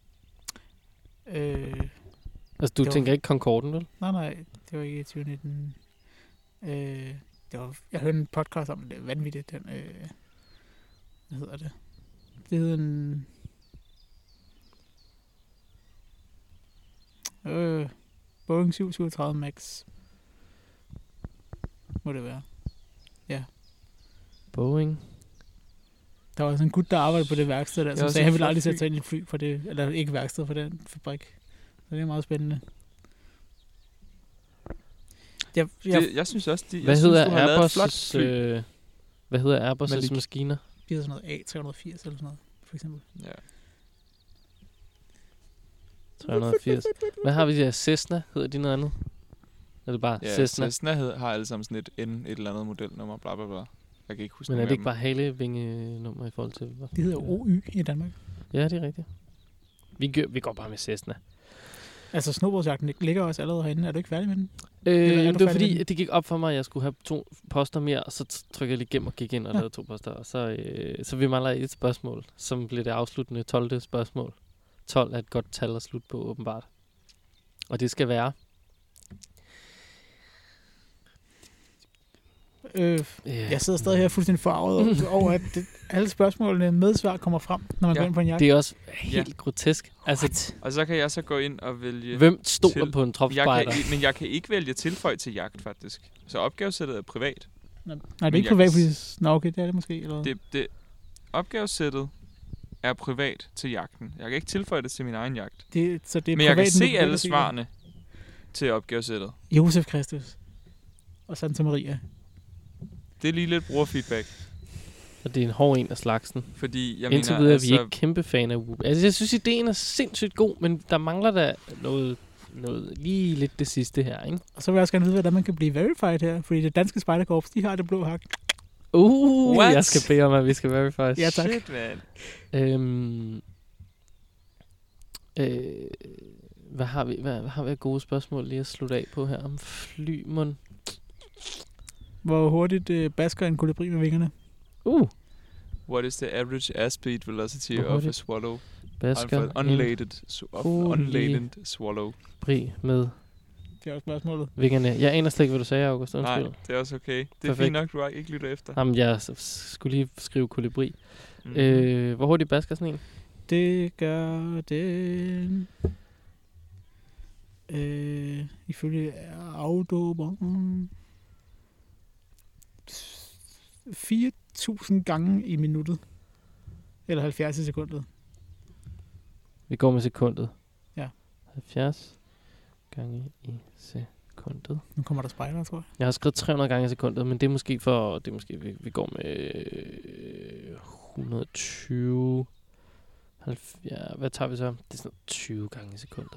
Øh, Altså, du Det var- tænker ikke Concorden, vel? nej, nej, det var ikke i tyve nitten. Øh, det var, jeg hørte en podcast om det, det er vanvittigt. Den, øh, hvad hedder det? Det hedder en... Øh, Boeing syv syvogtredive Max. Må det være. Boeing. Der var sådan en gut, der arbejdede på det værksted der, Det er som også sagde, et at han ville flot aldrig fly. sætte sig ind i et fly for det, eller ikke værksted for den fabrik. Så det er meget spændende. Jeg, jeg, Det, jeg synes også, de, Hvad jeg hedder synes, du har lavet et flot Airbus' fly. øh, Hvad hedder Airbus' Malik. maskiner? giver sådan noget A tre hundrede og firs eller sådan noget, for eksempel. Ja. tre hundrede og firs. Hvad har vi der? Cessna? Hedder de noget andet? Er det bare Ja, Cessna? Cessna hed, har alle sammen sådan et N, et eller andet modelnummer, bla bla bla. Jeg kan ikke huske Men er noget det ikke mere bare halevingenummer i forhold til? Hvad? Det hedder O Y i Danmark. Ja, det er rigtigt. Vi, gør, vi går bare med Cessna. Altså, snowboardsjagten ligger også allerede herinde. Er du ikke færdig med den? Øh, er du det var færdig fordi, med den? det gik op for mig, at jeg skulle have to poster mere, og så t- trykkede jeg lige igennem og gik ind og Ja. lavede to poster. Og så, øh, så vi mangler et spørgsmål, som bliver det afsluttende tolvte spørgsmål. tolv er et godt tal at slutte på, åbenbart. Og det skal være... Øh, Yeah. jeg sidder stadig her fuldstændig farvet over, at det, alle spørgsmålene med svar kommer frem, når man Ja. går ind på en jagt. Det er også helt ja. grotesk. Altså, Og så kan jeg så gå ind og vælge... hvem stoler til- på en jeg tropspejder? kan, i- men jeg kan ikke vælge tilføj til jagt, faktisk. Så opgavesættet er privat. Nej, det er Men ikke jeg privat, kan fordi... Nå, okay, det er det måske. Eller? hvad? Det, det, opgavesættet er privat til jagten. Jeg kan ikke tilføje det til min egen jagt. Det, så det er Men jeg kan privat, se du alle det. svarene til opgavesættet. Josef Kristus og Santa Maria. Det er lige lidt brugerfeedback. Og det er en hård en af slagsen. Fordi jeg Indtil mener, videre er altså, vi ikke kæmpe fan af Whoop. Altså, jeg synes, ideen er sindssygt god, men der mangler der noget, noget lige lidt det sidste her, ikke? Og så vil jeg også gerne vide, hvordan man kan blive verified her, fordi det danske spejderkorps, de har det blå hak. Uh, What? jeg skal bede om, at vi skal verify. Ja, tak. Shit, man. Øhm, øh, hvad har vi? Hvad, hvad har vi af gode spørgsmål lige at slutte af på her om flymon? Hvor hurtigt øh, basker en kolibri med vingerne. Uh, What is the average airspeed velocity Hvor of a hurtigt swallow? basker Alpha, en unladen, su- of unladen swallow. bri med Det er også spørgsmålet. vingerne. Jeg aner slet ikke, hvad du sagde, August. Nej, Undskyld. det er også okay. Det er Perfekt. fint nok, du ikke lytter efter. Jamen, jeg s- skulle lige skrive kolibri. Mhm. Øh, hvor hurtigt basker sådan en? Det gør det... Øh, ifølge Audubon... fire tusind gange i minuttet. Eller halvfjerds i sekundet. Vi går med sekundet. Ja. halvfjerds gange i sekundet. Nu kommer der spejder, tror jeg. Jeg har skrevet tre hundrede gange i sekundet, men det er måske for... Det er måske, vi, vi går med øh, et hundrede og tyve... halvfjerds, ja, hvad tager vi så? Det er sådan noget tyve gange i sekundet.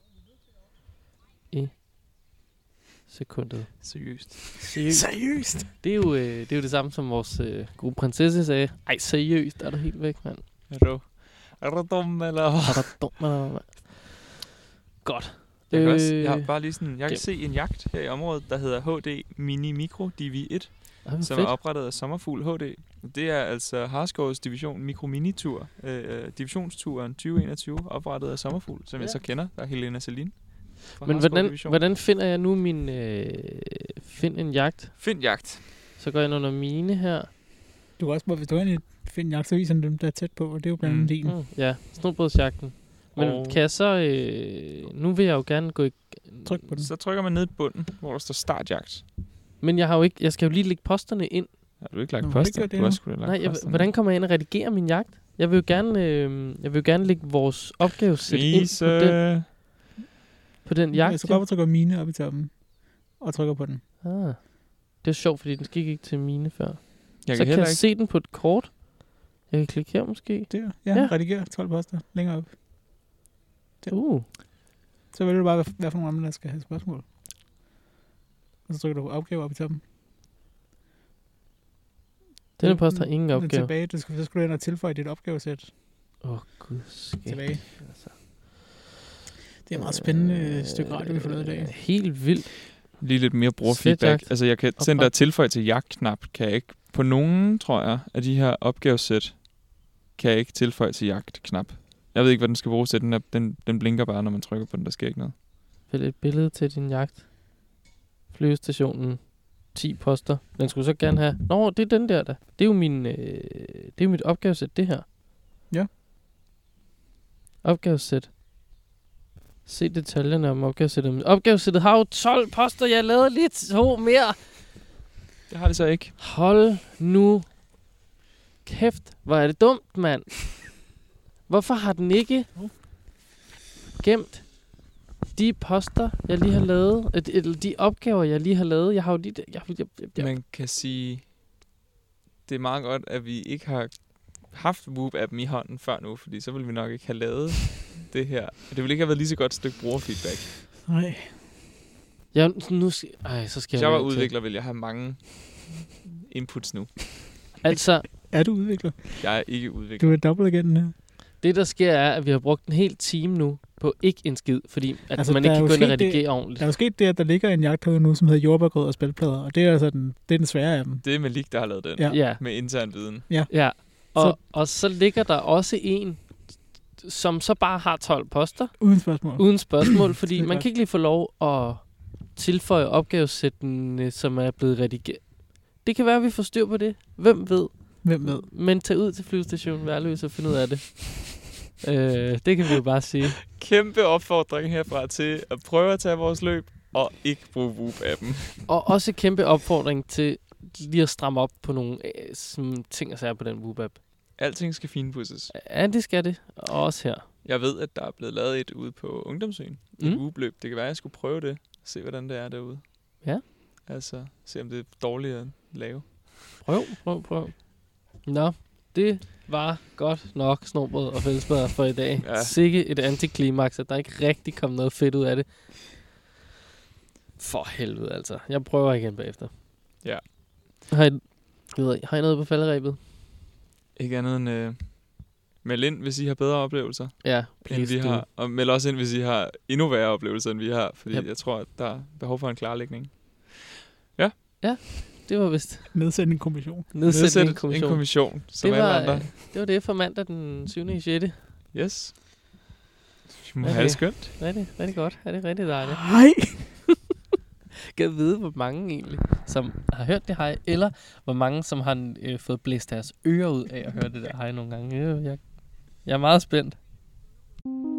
I sekundet. Seriøst. Seriøst. Seriøst? Det er jo, øh, det er jo det samme, som vores øh, gode prinsesse sagde. Ej, seriøst, er du helt væk, mand. Er du, er du dum, eller? Er du dum, eller hvad? Godt. Jeg kan, også, Øh, jeg har bare lige sådan, jeg kan gem. se en jagt her i området, der hedder H D Mini Micro D V et, Ej, hvor som fedt. er oprettet af Sommerfugl H D. Det er altså Harsgaards division Mikro Mini Tour, øh, divisionsturen tyve enogtyve, oprettet af Sommerfugl, som ja. jeg Ja. så kender, der er Helena Celine. Men hvordan, hvordan finder jeg nu min... Øh, find en jagt? Find jagt. Så går jeg ind under mine her. Du kan også, bare- hvis du er inde i find jagt, så viser den dem, der er tæt på, og det er jo blandt andet Mm. din. Mm, ja, snobrødsjagten. Men Og- kan jeg så... Øh, nu vil jeg jo gerne gå i... Tryk på den. Så trykker man ned i bunden, hvor der står startjagt. Men jeg har jo ikke... Jeg skal jo lige lægge posterne ind. Har du ikke lagt Nå, har du ikke poster? gjort det Du har endnu? sgu da lagt Nej, jeg, posterne. hvordan kommer jeg ind og redigerer min jagt? Jeg vil jo gerne, øh, jeg vil jo gerne lægge vores opgavesæt ind Vise. på den, på den Ja, jagt. så går op og trykker mine op i toppen. Og trykker på den. Ah. Det er sjovt, fordi den gik ikke til mine før. Jeg så kan kan heller jeg ikke. se den på et kort. Jeg kan klikke her måske. Der. Ja, Ja. ja. Rediger tolv poster længere op. Ja. Uh. Så vælger du bare, hvad, hvad for nogle andre, der skal have spørgsmål. Og så trykker du på opgave op i toppen. Denne post har ingen Den opgave. Tilbage, du skal, så skal du ind og tilføje dit opgavesæt Åh, oh, gud ske. tilbage. Altså. Det er et meget spændende øh, stykke radio, vi får lavet i dag. Helt vildt. Lige lidt mere Slet brugerfeedback. jagt. Altså, jeg kan Og sende frem. dig tilføje til jagtknap. Kan jeg ikke på nogen, tror jeg, af de her opgavesæt, kan jeg ikke tilføje til jagtknap. Jeg ved ikke, hvad den skal bruges til. Den, er, den, den blinker bare, når man trykker på den. Der sker ikke noget. Vælg et billede til din jagt. Flyvestationen. ti poster. Den skulle så gerne have... Nå, det er den der, der. Det er jo, min, øh, det er jo mit opgavesæt, det her. Ja. Opgavesæt. Se detaljerne om opgavesættet. Opgavesættet har jo tolv poster. Jeg lavede lige to mere. Det har det så ikke. Hold nu kæft. Hvor er det dumt, mand. Hvorfor har den ikke gemt de poster, jeg lige har lavet? øh, Eller de opgaver, jeg lige har lavet? Jeg har jo lige... Jeg, jeg, jeg, jeg, Man kan sige, det er meget godt, at vi ikke har haft Whoop-appen i hånden før nu, fordi så ville vi nok ikke have lavet det her. Det ville ikke have været lige så godt et stykke brugerfeedback. Nej. jeg, nu skal, ej, så skal Hvis jeg var nødt til- udvikler, ville jeg have mange inputs nu. Altså, Er du udvikler? Jeg er ikke udvikler. Du er dobbelt igen her. Det, der sker, er, at vi har brugt en hel time nu på ikke en skid, fordi at Altså, altså, man der ikke er kan jo gå ind og sket det- redigere ordentligt. Der er jo sket det, at der ligger en jagthøde nu, som hedder jordbærgrød og spælplader, og det er altså den, det er den svære af dem. Det er Malik, der har lavet den. Ja. Ja, Med intern viden. ja. Og, Så- så, og så ligger der også en, som så bare har tolv poster, Uden spørgsmål. uden spørgsmål, fordi Det er man godt. kan ikke lige få lov at tilføje opgavesætten, som er blevet redigeret. Det kan være, at vi får styr på det. Hvem ved? Hvem ved? Men tag ud til flyvestationen Værløs og find ud af det. øh, det kan vi jo bare sige. Kæmpe opfordring herfra til at prøve at tage vores løb, og ikke bruge Whoop-appen. Og også en kæmpe opfordring til lige at stramme op på nogle øh, som ting og sager på den Whoop-app. Alting skal finpudses. Ja, det skal det. Og også her. Jeg ved, at der er blevet lavet et ude på Ungdomsøen. Mm. Et Whoop-løb. Det kan være, at jeg skulle prøve det. Se, hvordan det er derude. Ja. Altså, se om det er dårligt at lave. Prøv, prøv, prøv. Nå, det var godt nok snobrød og fællesbader for i dag. Ja. Ja. Sikke et antiklimaks, at der ikke rigtig kom noget fedt ud af det. For helvede altså. Jeg prøver igen bagefter. Ja. Har I, jeg ved, ikke, har I noget på falderæbet? Ikke andet end øh, meld ind, hvis I har bedre oplevelser, Ja, end please vi do. har. Og meld også ind, hvis I har endnu værre oplevelser, end vi har. Fordi Yep. jeg tror, at der er behov for en klarlægning. Det var vist Nedsætte en kommission. nedsætte Nedsæt en kommission. en kommission, som det, alle var, andre. øh, det var det for mandag den syvende i sjette Yes. Vi må Okay. have det skønt. Rigtig, rigtig godt. Er det rigtig dejligt? Hej! Kan jeg vide, hvor mange egentlig, som har hørt det hej, eller hvor mange, som har øh, fået blæst deres ører ud af at høre det der hej nogle gange. Øh, Jeg, jeg er meget spændt.